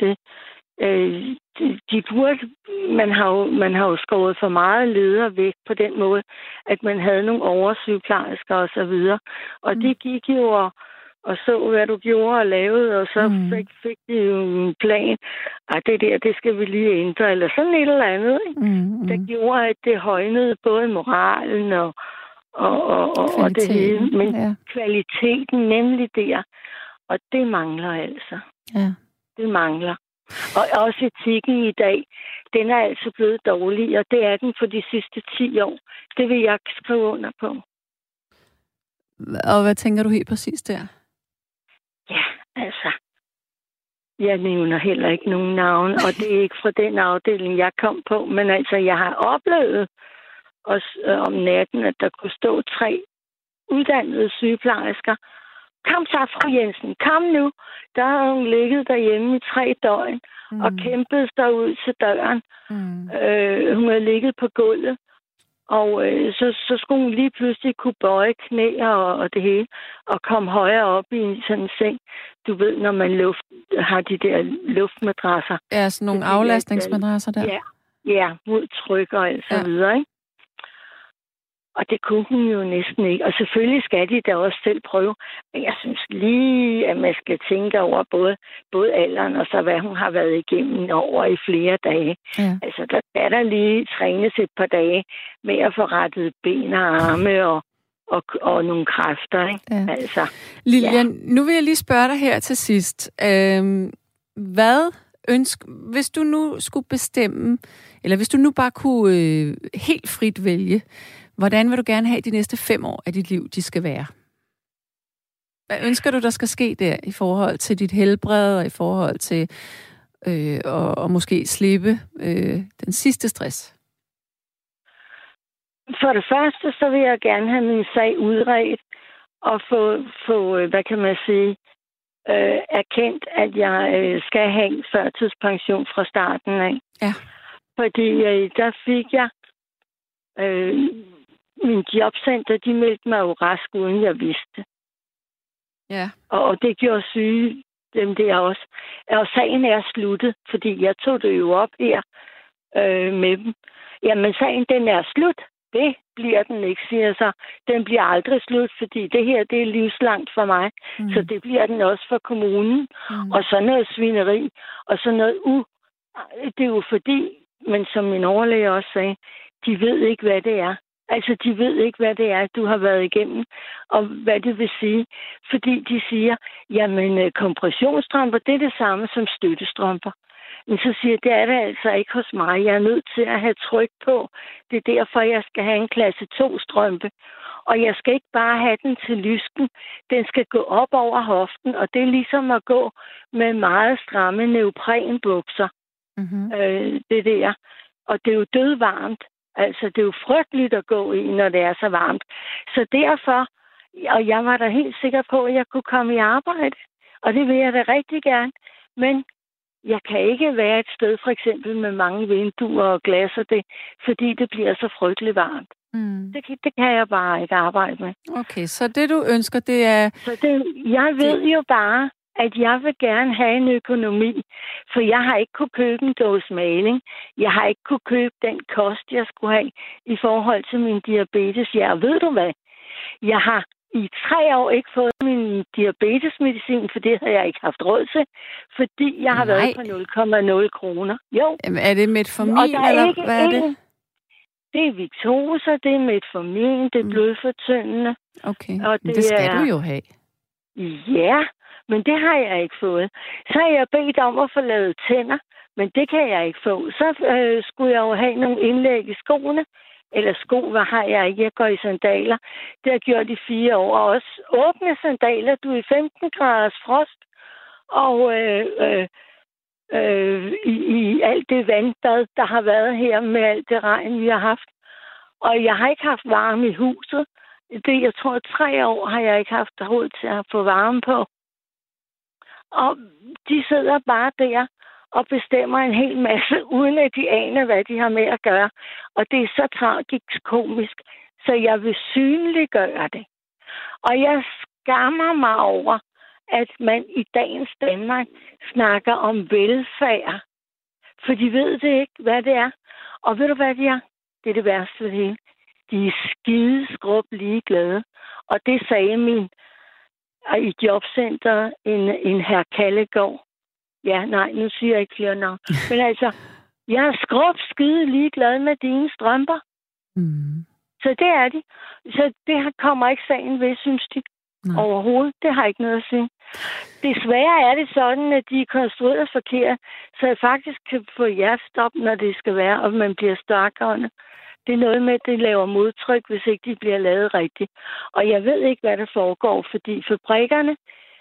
de burde, man har jo skåret for meget ledere væk på den måde, at man havde nogle oversygeplejersker og så videre. Og det gik jo og så, hvad du gjorde og lavede, og så fik de jo en plan. Og det skal vi lige ændre, eller sådan et eller andet, ikke? Der gjorde, at det højnede både moralen og det hele. Men kvaliteten nemlig der, og det mangler altså. Ja. Det mangler. Og også etikken i dag, den er altså blevet dårlig, og det er den for de sidste 10 år. Det vil jeg skrive under på. Og hvad tænker du helt præcis der? Ja, altså, jeg nævner heller ikke nogen navn, og det er ikke fra den afdeling, jeg kom på, men altså, jeg har oplevet også om natten, at der kunne stå 3 uddannede sygeplejersker. Kom så, fru Jensen, kom nu. Der har hun ligget derhjemme i 3 døgn og kæmpet sig ud til døren. Hun havde ligget på gulvet, og så skulle hun lige pludselig kunne bøje knæ og det hele, og komme højere op i sådan en seng. Du ved, når man har de der luftmadrasser. Ja, sådan nogle aflastningsmadrasser der. Ja, mod tryk og alt så videre, ikke? Og det kunne hun jo næsten ikke. Og selvfølgelig skal de da også selv prøve. Men jeg synes lige, at man skal tænke over både alderen og så hvad hun har været igennem over i flere dage. Ja. Altså, der er der lige trænes et par dage med at få rettet ben og arme og nogle kræfter, ikke? Ja. Altså, Lilian, nu vil jeg lige spørge dig her til sidst. Hvis du nu skulle bestemme, eller hvis du nu bare kunne helt frit vælge, hvordan vil du gerne have de næste 5 år af dit liv, de skal være? Hvad ønsker du, der skal ske der i forhold til dit helbred og i forhold til at måske slippe den sidste stress? For det første, så vil jeg gerne have min sag udredt og få hvad kan man sige, erkendt, at jeg skal have en førtidspension fra starten af. Ja. Fordi der fik jeg min jobcenter, de meldte mig jo rask, uden jeg vidste. Ja. Og det gjorde syge dem der også. Og sagen er sluttet, fordi jeg tog det jo op her med dem. Jamen, sagen, den er slut. Det bliver den ikke, siger jeg så. Den bliver aldrig slut, fordi det her, det er livslangt for mig. Så det bliver den også for kommunen. Og så noget svineri. Og så noget det er jo fordi, men som min overlæge også sagde, de ved ikke, hvad det er. Altså, de ved ikke, hvad det er, du har været igennem, og hvad det vil sige. Fordi de siger, jamen, kompressionsstrømper, det er det samme som støttestrømper. Men så siger jeg, det er det altså ikke hos mig. Jeg er nødt til at have tryk på. Det er derfor, jeg skal have en klasse 2-strømpe. Og jeg skal ikke bare have den til lysken. Den skal gå op over hoften, og det er ligesom at gå med meget stramme neoprenbukser. Det der. Og det er jo dødvarmt. Altså, det er jo frygteligt at gå i, når det er så varmt. Så derfor, og jeg var da helt sikker på, at jeg kunne komme i arbejde. Og det vil jeg da rigtig gerne. Men jeg kan ikke være et sted, for eksempel med mange vinduer og glas og det, fordi det bliver så frygteligt varmt. Det kan jeg bare ikke arbejde med. Okay, så det du ønsker, det er... Jeg ved jo bare, at jeg vil gerne have en økonomi, for jeg har ikke kunne købe en dåse maling. Jeg har ikke kunne købe den kost, jeg skulle have i forhold til min diabetes. Ja, og ved du hvad? Jeg har i 3 år ikke fået min diabetesmedicin, for det har jeg ikke haft råd til, fordi jeg har været på 0,0 kroner. Jo. Jamen, er det Metformin, eller hvad er det? Det er Victoza, det er Metformin, det er blodfortyndende. Okay, og det skal du jo have. Ja, men det har jeg ikke fået. Så har jeg bedt om at få lavet tænder, men det kan jeg ikke få. Så skulle jeg jo have nogle indlæg i skoene. Eller sko, hvad har jeg ikke? Jeg går i sandaler. Det har gjort i 4 år. Og også åbne sandaler. Du er i 15 graders frost. Og i alt det vandbad, der har været her med alt det regn, vi har haft. Og jeg har ikke haft varme i huset. Jeg tror, 3 år har jeg ikke haft råd til at få varme på. Og de sidder bare der og bestemmer en hel masse, uden at de aner, hvad de har med at gøre. Og det er så tragisk komisk, så jeg vil synliggøre det. Og jeg skammer mig over, at man i dagens Danmark snakker om velfærd. For de ved det ikke, hvad det er. Og ved du, hvad det er? Det er det værste ved det hele. De er skideskrub ligeglade. Og det sagde min i jobcenter en herr Kallegård. Ja, nej, nu siger jeg ikke flere navn. Men altså, jeg er skide ligeglad med dine strømper. Mm. Så det er de. Så det kommer ikke sagen ved, synes de. Nej. Overhovedet. Det har ikke noget at sige. Desværre er det sådan, at de er konstrueret forkert, så jeg faktisk kan få hjertestop, når det skal være, og man bliver stærkere. Det er noget med, at det laver modtryk, hvis ikke de bliver lavet rigtigt. Og jeg ved ikke, hvad der foregår, fordi fabrikkerne,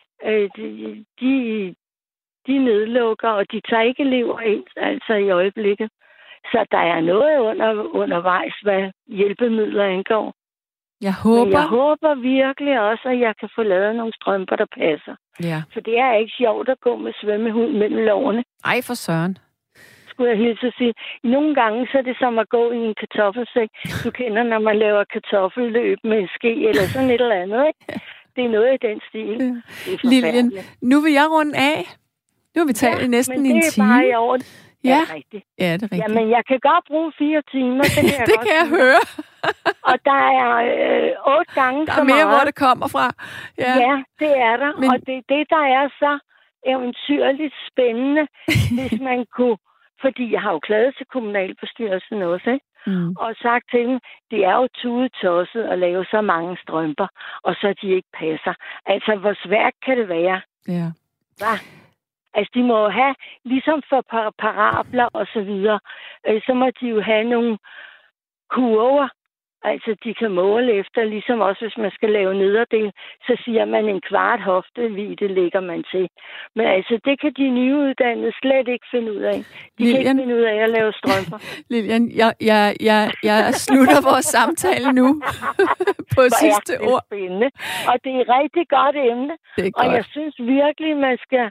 de nedlukker, og de tager ikke elever ind, altså i øjeblikket. Så der er noget undervejs, hvad hjælpemidler angår. Jeg håber virkelig også, at jeg kan få lavet nogle strømper, der passer. Ja. For det er ikke sjovt at gå med svømmehud mellem lårene. Ej, for søren. Skulle jeg hilse at sige. Nogle gange så er det som at gå i en kartoffelsæk. Du kender, når man laver kartoffelløb med en ske eller sådan et eller andet, ikke? Det er noget i den stil. Ja. Lilian, nu vil jeg runde af. Nu har vi talt næsten en time. det er bare i orden. Ja, det er rigtigt. Ja, det er rigtigt. Jamen, jeg kan godt bruge 4 timer. Det kan jeg høre. Og der er 8 gange så meget. Der er mere, hvor det kommer fra. Ja, det er der. Men... Og det er det, der er så eventyrligt spændende, hvis man kunne... Fordi jeg har jo klaget til kommunalbestyrelsen også, ikke? Mm. Og sagt til dem, det er jo tudetosset at lave så mange strømper, og så de ikke passer. Altså, hvor svært kan det være? Ja. Hva? Altså, de må jo have, ligesom for parabler og så videre, så må de jo have nogle kurver, altså de kan måle efter, ligesom også hvis man skal lave nederdel, så siger man en kvart hoftehvide lægger man til. Men altså, det kan de nyuddannede slet ikke finde ud af. De kan ikke finde ud af at lave strømper. Lilian, jeg slutter vores samtale nu på sidste ord. Spændende. Og det er et rigtig godt emne. Og jeg synes virkelig, man skal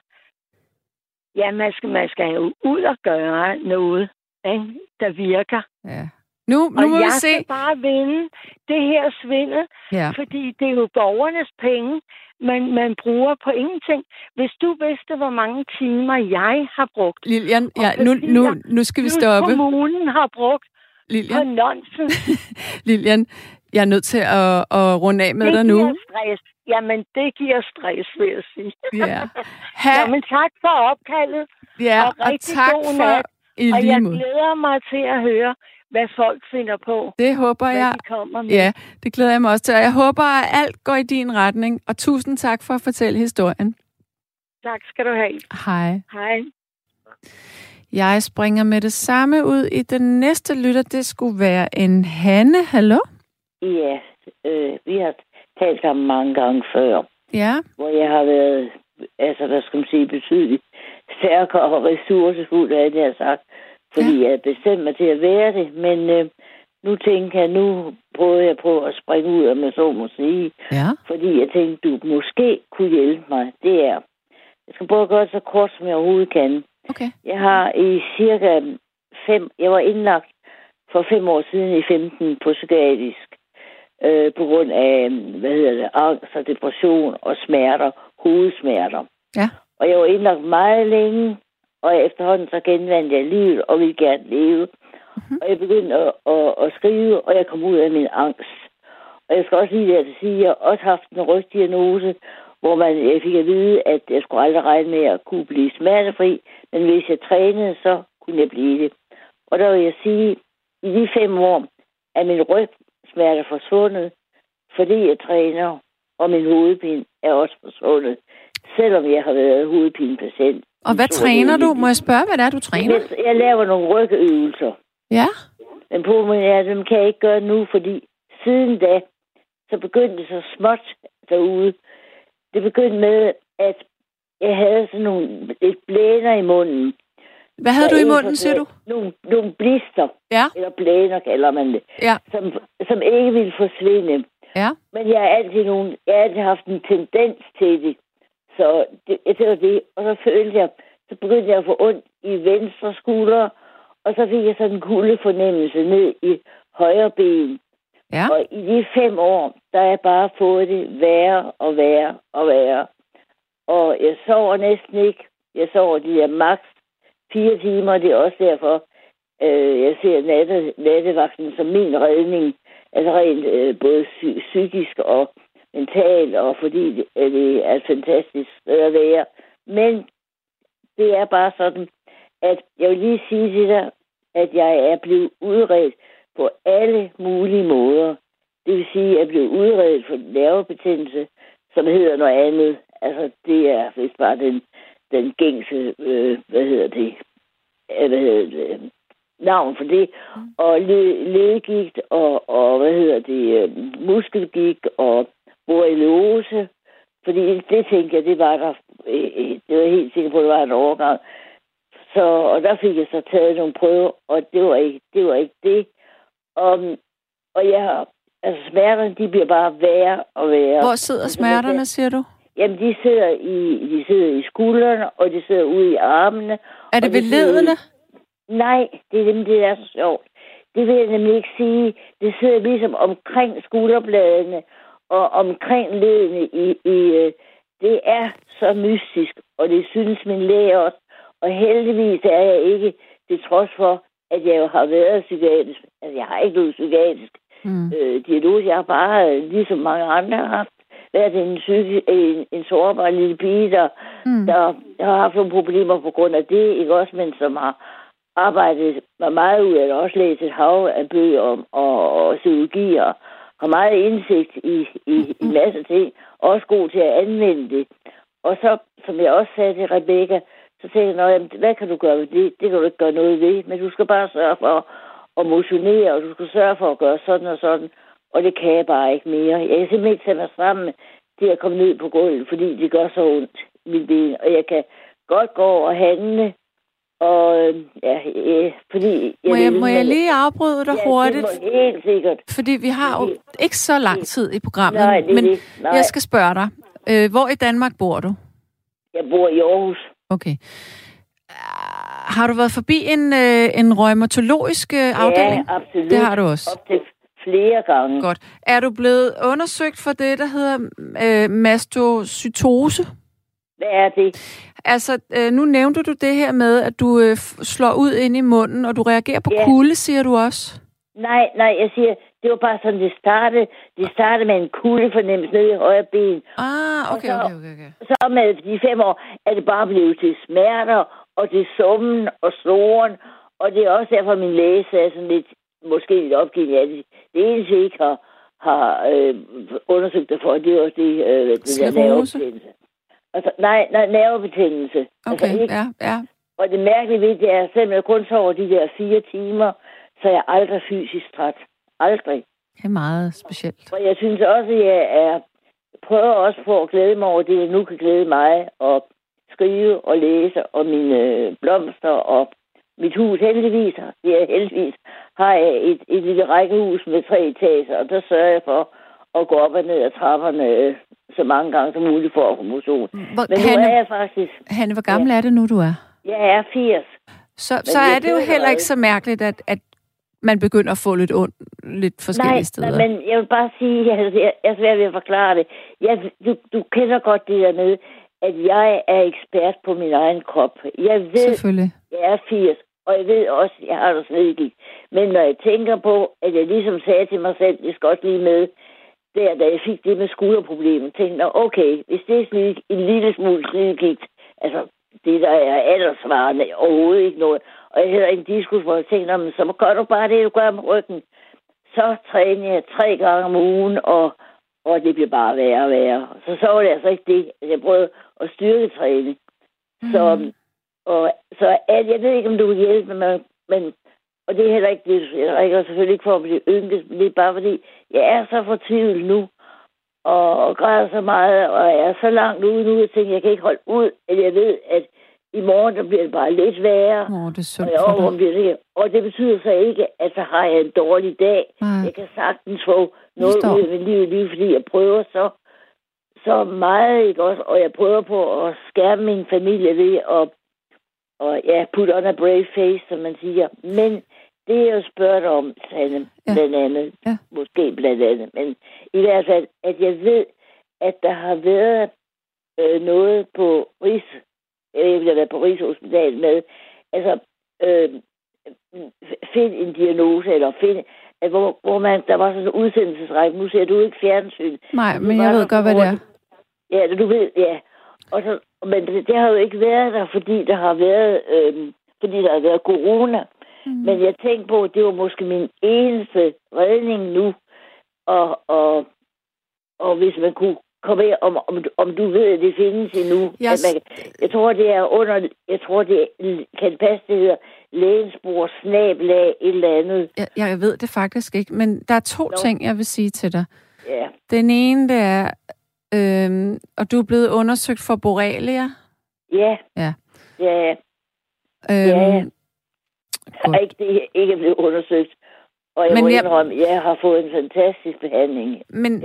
jo ud og gøre noget, ikke, der virker. Ja. Nu må vi se. Jeg skal bare vinde det her svindel, fordi det er jo borgernes penge, man bruger på ingenting. Hvis du vidste, hvor mange timer jeg har brugt. Lilian, nu skal vi stoppe. Kommunen har brugt på nonsens. Lilian, jeg er nødt til at runde af med dig nu. Det giver stress. Jamen, det giver stress, vil jeg sige. Ja. Jamen, tak for opkaldet. Ja, og tak for i lige måde. Og jeg glæder mig til at høre, hvad folk finder på. Det håber jeg. De kommer med. Ja, det glæder jeg mig også til. Og jeg håber, at alt går i din retning. Og tusind tak for at fortælle historien. Tak skal du have. Hej. Hej. Jeg springer med det samme ud i den næste lytter. Det skulle være en Hanne. Hallo? Ja, vi har talt sammen mange gange før. Ja. Hvor jeg har været, altså hvad skal man sige, betydeligt stærkere og ressourcefuld af det, jeg har sagt. Fordi jeg bestemte mig til at være det, men nu tænker jeg, nu prøver jeg på at springe ud, om jeg så må sige. Ja. Fordi jeg tænkte, du måske kunne hjælpe mig. Det er, jeg skal prøve at gøre det så kort, som jeg overhovedet kan. Okay. Jeg har i cirka jeg var indlagt for 5 år siden i 15 på psykiatrisk. På grund af, angst og depression og smerter, hovedsmerter. Ja. Og jeg var indlagt meget længe, og efterhånden så genvandt jeg livet, og ville gerne leve. Mm-hmm. Og jeg begyndte at skrive, og jeg kom ud af min angst. Og jeg skal også lige at sige, at jeg også haft en rygdiagnose, hvor jeg fik at vide, at jeg skulle aldrig regne med at kunne blive smertefri, men hvis jeg trænede, så kunne jeg blive det. Og der vil jeg sige, at i de 5 år er min rygsmerte forsvundet, fordi jeg træner, og min hovedpine er også forsvundet, selvom jeg har været hovedpinepatient. Og hvad træner du? Må jeg spørge, hvad det er, du træner? Jeg laver nogle rygøvelser. Ja? Men dem kan jeg ikke gøre nu, fordi siden da, så begyndte det så småt derude. Det begyndte med, at jeg havde sådan nogle lidt blæner i munden. Hvad havde du i munden, siger du? Nogle blister. Ja. Eller blæner, kalder man det. Ja. Som ikke ville forsvinde. Ja. Men jeg har altid haft en tendens til det. Så det var det. Og så begyndte jeg at få ondt i venstre skulder, og så fik jeg sådan en kuldefornemmelse ned i højre ben. Ja. Og i de 5 år, der har jeg bare fået det værre og værre og værre. Og jeg sover næsten ikke. Jeg sover de der maks 4 timer. Det er også derfor, jeg ser nattevagten som min redning. Altså rent både psykisk og mentalt, og fordi det er et fantastisk sted at være. Men det er bare sådan, at jeg vil lige sige til dig, at jeg er blevet udredt på alle mulige måder. Det vil sige, at jeg blev udredet for nervebetændelse, som hedder noget andet. Altså, det er vist bare den gængse, navn for det. Og ledgigt og muskelgigt og borreliose. Fordi det tænkte jeg, det var der. Det var helt sikkert på, at det var en overgang. Og der fik jeg så taget nogle prøver, og det var ikke det. Og smerterne, de bliver bare værre og værre. Hvor sidder smerterne, siger du? Jamen, de sidder i skuldrene, og de sidder ude i armene. Er det ved ledene? Nej, det er dem, det er så sjovt. Det vil jeg nemlig ikke sige. Det sidder ligesom omkring skulderbladene og omkring ledene det er så mystisk, og det synes min læge også. Og heldigvis er jeg ikke, til trods for, at jeg jo har været psykiatrisk. Altså, jeg har ikke noget psykiatrisk diagnose. Jeg har bare, ligesom mange andre, haft været en sårbar lille pige, der har haft nogle problemer på grund af det, ikke også, men som har arbejdet mig meget ud af det, også læst et hav af bøger om og psykologier, har meget indsigt i en masse ting, også god til at anvende det. Og så, som jeg også sagde til Rebecca, så tænkte jeg, hvad kan du gøre ved det? Det kan du ikke gøre noget ved, men du skal bare sørge for at motionere, og du skal sørge for at gøre sådan og sådan, og det kan jeg bare ikke mere. Jeg kan simpelthen ikke tage mig sammen til at komme ned på gulvet, fordi det gør så ondt i mit ben, og jeg kan godt gå over og handle, og fordi... Må jeg lige afbryde dig hurtigt? Det må helt sikkert. Fordi vi har jo ikke så lang tid i programmet, men jeg skal spørge dig. Hvor i Danmark bor du? Jeg bor i Aarhus. Okay. Har du været forbi en rheumatologisk afdeling? Ja, absolut. Det har du også. Op til flere gange. Godt. Er du blevet undersøgt for det, der hedder mastocytose? Hvad er det? Altså, nu nævnte du det her med, at du slår ud ind i munden, og du reagerer på kulde, siger du også? Nej, jeg siger, det var bare sådan, det startede. Det startede med en kuldefornemmelse nede i højre ben. Okay. Så med de 5 år er det bare blevet til smerter, og til summen og snoren. Og det er også derfor, min læge sagde sådan lidt, måske lidt opgivet af det. Det eneste, jeg ikke har undersøgt det for, det var det der nervebetændelse. Altså, nej, nervebetændelse. Okay, altså, ja. Og det mærkelige ved det er, at selvom jeg kun sover de der 4 timer, så er jeg aldrig fysisk træt. Aldrig. Det er meget specielt. Og jeg synes også, at jeg prøver også på at glæde mig over det, jeg nu kan glæde mig, og skrive og læse, og mine blomster, og mit hus heldigvis har jeg et lille rækkehus med 3 etager, og der sørger jeg for at gå op og ned ad trapperne så mange gange som muligt for at få motion. Men nu er jeg faktisk... Hanne, hvor gammel er det nu, du er? Jeg er 80. Så er det jo heller ikke så mærkeligt, at man begynder at få lidt ondt lidt forskellige steder. Nej, men jeg vil bare sige, at jeg er svært ved at forklare det. Du kender godt det der med, at jeg er ekspert på min egen krop. Jeg ved, selvfølgelig. Jeg er 80, og jeg ved også, at jeg har det snedgigt. Men når jeg tænker på, at jeg ligesom sagde til mig selv, det skal godt lige med, da jeg fik det med skulderproblemer, tænkte jeg, okay, hvis det er en lille smule slidgigt, altså det der er aldersvarende, overhovedet ikke noget, og jeg hedder en diskus, hvor jeg tænkte, så gør du bare det, du gør med ryggen. Så træner jeg 3 gange om ugen, og det bliver bare værre og værre. Så var det altså ikke det, at jeg prøvede at styrketræne. Så jeg ved ikke, om du vil hjælpe mig, men og det er heller ikke det, jeg rækker selvfølgelig ikke for at blive ynket, men det er bare fordi, jeg er så fortvivlet nu, og græder så meget, og jeg er så langt ude nu, jeg tænker, jeg kan ikke holde ud, at jeg ved, at i morgen, der bliver det bare lidt værre. Det er synd for dig. Og det betyder så ikke, at så har jeg en dårlig dag. Jeg kan sagtens få noget ud af mit liv, lige fordi jeg prøver så meget, ikke også? Og jeg prøver på at skærme min familie ved at put on a brave face, som man siger. Men det er jo spørgsmål om, Sanne, blandt andet. Ja. Måske blandt andet. Men i hvert fald, at jeg ved, at der har været noget på Rigshospitalet med, altså, find en diagnose, eller find, at hvor der var sådan en udsendelsesrække. Nu ser du ikke fjernsyn. Nej, men jeg ved godt, hvad det er. Ja, du ved, ja. Og så, men det har jo ikke været der, fordi der har været corona. Men jeg tænkte på, at det var måske min eneste redning nu. Og hvis man kunne komme af, om du ved, at det findes endnu. Yes. Jeg tror, det kan passe, det hedder lægensbord, snablag, et eller andet. Jeg ved det faktisk ikke, men der er to ting, jeg vil sige til dig. Ja. Den ene, det er, og du er blevet undersøgt for borrelia. Ja. Ja. Ja. Jeg er ikke blevet undersøgt. Og jeg må indrømme, jeg har fået en fantastisk behandling.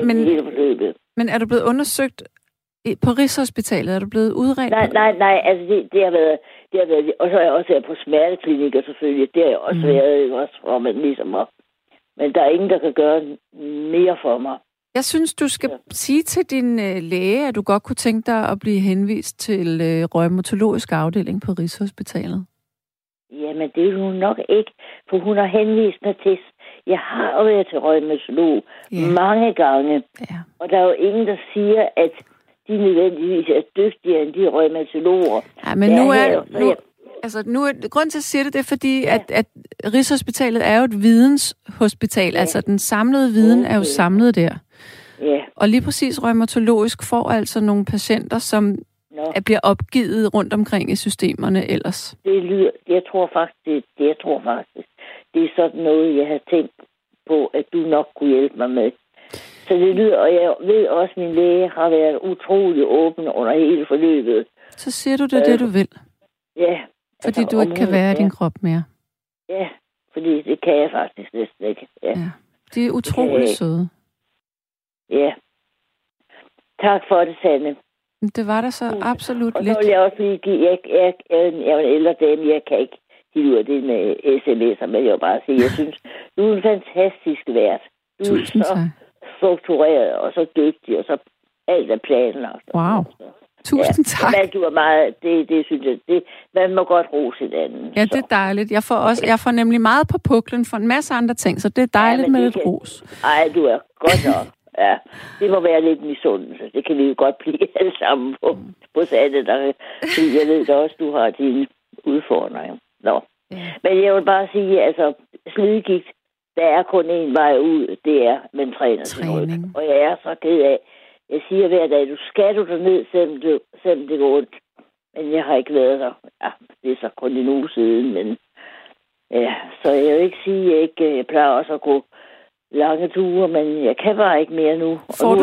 Men er du blevet undersøgt på Rigshospitalet? Er du blevet udredt? Nej. Altså det har været... Og så er jeg også her på smerteklinikker selvfølgelig. Det har jeg også været, også for man ligesom op. Men der er ingen, der kan gøre mere for mig. Jeg synes, du skal sige til din læge, at du godt kunne tænke dig at blive henvist til reumatologisk afdeling på Rigshospitalet. Jamen, det er hun nok ikke, for hun har henvist mig til. Jeg har jo været til reumatolog mange gange, og der er jo ingen, der siger, at de nødvendigvis er dygtigere end de reumatologer. Ja, men grunden til at sige det er fordi, at Rigshospitalet er jo et videnshospital, altså den samlede viden er jo samlet der. Ja. Og lige præcis reumatologisk får altså nogle patienter, som bliver opgivet rundt omkring i systemerne ellers. Jeg tror faktisk, det er sådan noget, jeg har tænkt på, at du nok kunne hjælpe mig med. Så det lyder, og jeg ved også, at min læge har været utrolig åben under hele forløbet. Så siger du det, du vil? Ja. Fordi du ikke kan være i din krop mere? Ja, fordi det kan jeg faktisk næsten ikke. Ja. De er utrolig søde. Ja. Tak for det, Sanne. Det var der så absolut lidt. Og så vil jeg også lige give, jeg er en ældre dame, jeg kan ikke hive ud af det med sms'er, men jeg vil bare sige, jeg synes, du er en fantastisk vært. Du er så struktureret, og så dygtig, og så alt er planlagt. Wow. Tusind tak. Men du er meget, det synes jeg, man må godt rose hinanden. Ja, det er dejligt. Jeg får nemlig meget på puklen for en masse andre ting, så det er dejligt med lidt ros. Ej, du er godt nok. Ja, det må være lidt misundelse. Det kan vi jo godt blive alle sammen på Sanne. Jeg ved da også, du har dine udfordringer. Nå. Ja. Men jeg vil bare sige, altså, slidgigt, der er kun én vej ud, det er, man træner sin ryg. Og jeg er så ked af, jeg siger hver dag, du skal derned, selvom det går ondt. Men jeg har ikke været der. Ja, det er så kun en uge siden, men ja, så jeg vil ikke sige, at jeg plejer også at gå lange ture, men jeg kan bare ikke mere nu. Får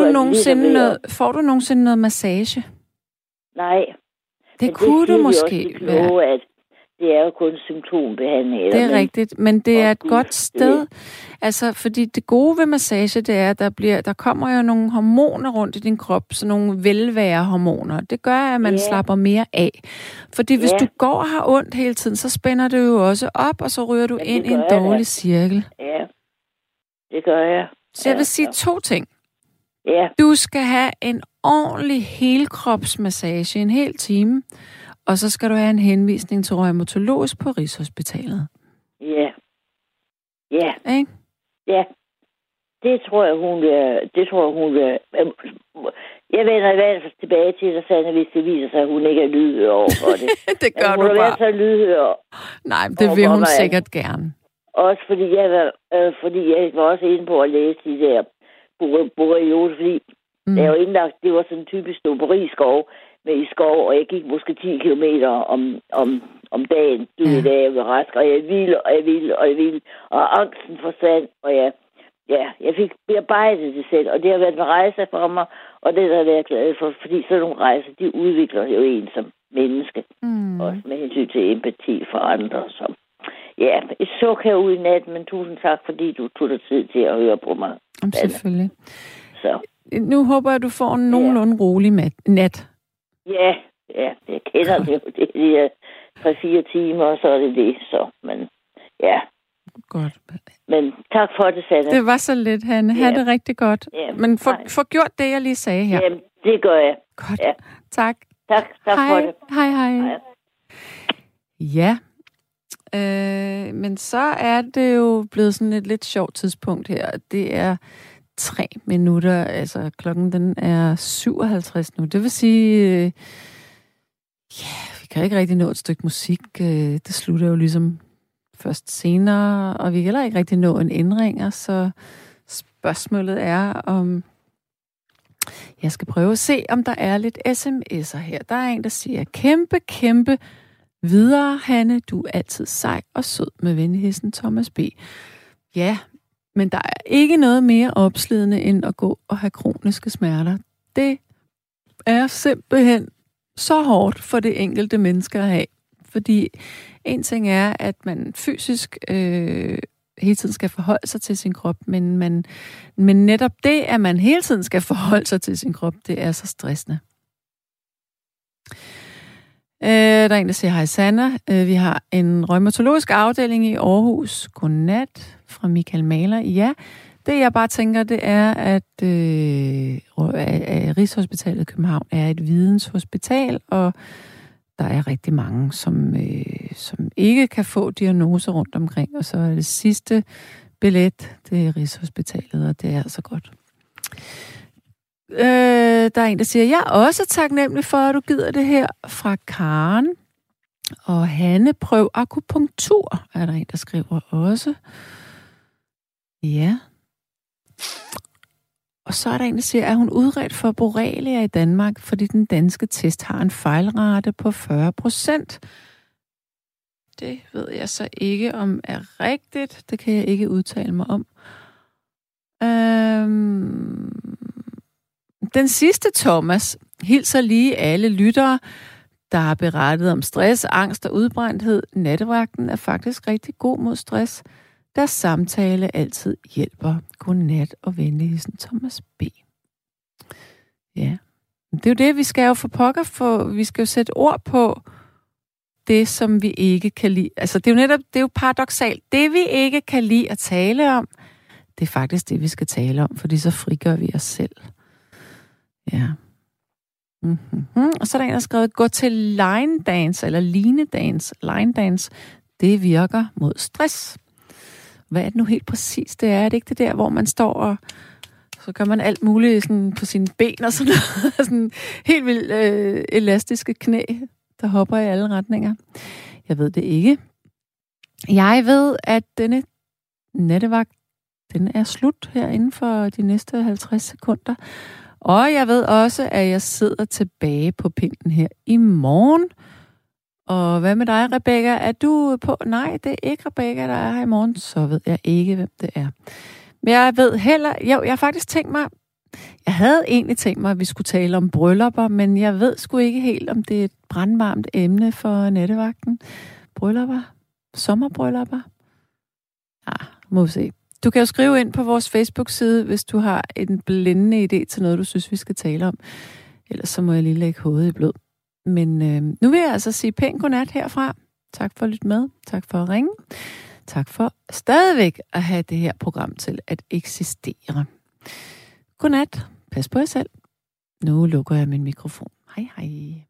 du nogensinde noget massage? Nej. Det kunne du måske være. At det er jo kun symptombehandling. Det er rigtigt, men det er et godt sted. Altså, fordi det gode ved massage, det er, at der kommer jo nogle hormoner rundt i din krop, sådan nogle velværehormoner. Det gør, at man slapper mere af. Fordi hvis du går og har ondt hele tiden, så spænder det jo også op, og så ryger du ind i en dårlig cirkel. Ja, det gør jeg. Så jeg vil sige 2 ting. Ja. Du skal have en ordentlig helkropsmassage, en hel time. Og så skal du have en henvisning til reumatologisk på Rigshospitalet. Ja. Ja. Ikke? Ja. Det tror jeg, hun vil. Jeg vender i hvert fald tilbage til dig, Sanne, hvis det viser sig, at hun ikke er lydhør over for det. Det gør du bare. Hun vil være så lydhør. Nej, det vil hun sikkert gerne. Også fordi jeg var også inde på at læse de der borreliose, fordi der er jo indlagt, det var sådan en typisk ståberiskov med i skov, og jeg gik måske 10 kilometer om dagen. Du ved, da jeg var rask, og jeg ville, og angsten forsvandt, og jeg fik bearbejdet det selv, og det har været en rejse for mig, og det har jeg været glad for, fordi sådan nogle rejser, de udvikler jo en som menneske, også med hensyn til empati for andre, som et suk her ude i natten, men tusind tak, fordi du tog dig tid til at høre på mig. Selvfølgelig. Så. nu håber jeg, at du får en nogenlunde rolig nat. Ja, jeg kender det jo. Det er 3-4 timer, og så er det. Så, men ja. Godt. Men tak for det, Sanne. Det var så lidt, Hanne. Ha' det rigtig godt. Ja, men få gjort det, jeg lige sagde her. Jamen, det gør jeg. Godt. Ja. Tak. Tak for det. Hej. Ja. Men så er det jo blevet sådan et lidt sjovt tidspunkt her. Det er 3 minutter. Altså, klokken den er 57 nu. Det vil sige... vi kan ikke rigtig nå et stykke musik. Det slutter jo ligesom først senere, og vi kan heller ikke rigtig nå en indringer, så spørgsmålet er, om jeg skal prøve at se, om der er lidt sms'er her. Der er en, der siger, kæmpe videre, Hanne, du er altid sej og sød med venligheden Thomas B. Ja, men der er ikke noget mere opslidende, end at gå og have kroniske smerter. Det er simpelthen så hårdt for det enkelte menneske at have. Fordi en ting er, at man fysisk hele tiden skal forholde sig til sin krop, men netop det, at man hele tiden skal forholde sig til sin krop, det er så stressende. Der er en, der siger, hej Sanna, vi har en rheumatologisk afdeling i Aarhus. Godnat fra Michael Mahler. Ja, det jeg bare tænker, det er, at Rigshospitalet i København er et videnshospital, og der er rigtig mange, som ikke kan få diagnoser rundt omkring, og så er det sidste billet, det er Rigshospitalet, og det er altså godt. Der er en, der siger, jeg er også taknemmelig for, at du gider det her, fra Karen. Og Hanne, prøv akupunktur, er der en, der skriver også. Ja. Og så er der en, der siger, at hun udredt for borrelia i Danmark, fordi den danske test har en fejlrate på 40%. Det ved jeg så ikke, om er rigtigt. Det kan jeg ikke udtale mig om. Den sidste, Thomas, hilser lige alle lyttere, der har berettet om stress, angst og udbrændthed. Nattevagten er faktisk rigtig god mod stress. Deres samtale altid hjælper. Godnat og venligheden Thomas B. Ja, det er jo det, vi skal jo for pokker for. Vi skal jo sætte ord på det, som vi ikke kan lide. Altså, det er jo netop, det er jo paradoksalt. Det, vi ikke kan lide at tale om, det er faktisk det, vi skal tale om, fordi så frigør vi os selv. Ja. Mm-hmm. Og så er der en, der har skrevet, gå til line dance, eller line dance. Det virker mod stress. Hvad er det nu helt præcis? Det er det ikke det der, hvor man står og så gør man alt muligt sådan på sine ben og sådan noget. Sådan helt vildt elastiske knæ, der hopper i alle retninger. Jeg ved det ikke. Jeg ved, at denne nattevagt, den er slut her inden for de næste 50 sekunder. Og jeg ved også, at jeg sidder tilbage på pinden her i morgen. Og hvad med dig, Rebecca? Er du på? Nej, det er ikke Rebecca, der er her i morgen. Så ved jeg ikke, hvem det er. Men jeg ved heller... Jo, jeg har faktisk tænkt mig... Jeg havde egentlig tænkt mig, at vi skulle tale om bryllupper, men jeg ved sgu ikke helt, om det er et brandvarmt emne for nattevagten. Bryllupper? Sommerbryllupper? Må vi se. Du kan jo skrive ind på vores Facebook-side, hvis du har en blændende idé til noget, du synes, vi skal tale om. Ellers så må jeg lige lægge hovedet i blød. Men nu vil jeg altså sige pænt godnat herfra. Tak for at lytte med. Tak for at ringe. Tak for stadigvæk at have det her program til at eksistere. Godnat. Pas på jer selv. Nu lukker jeg min mikrofon. Hej hej.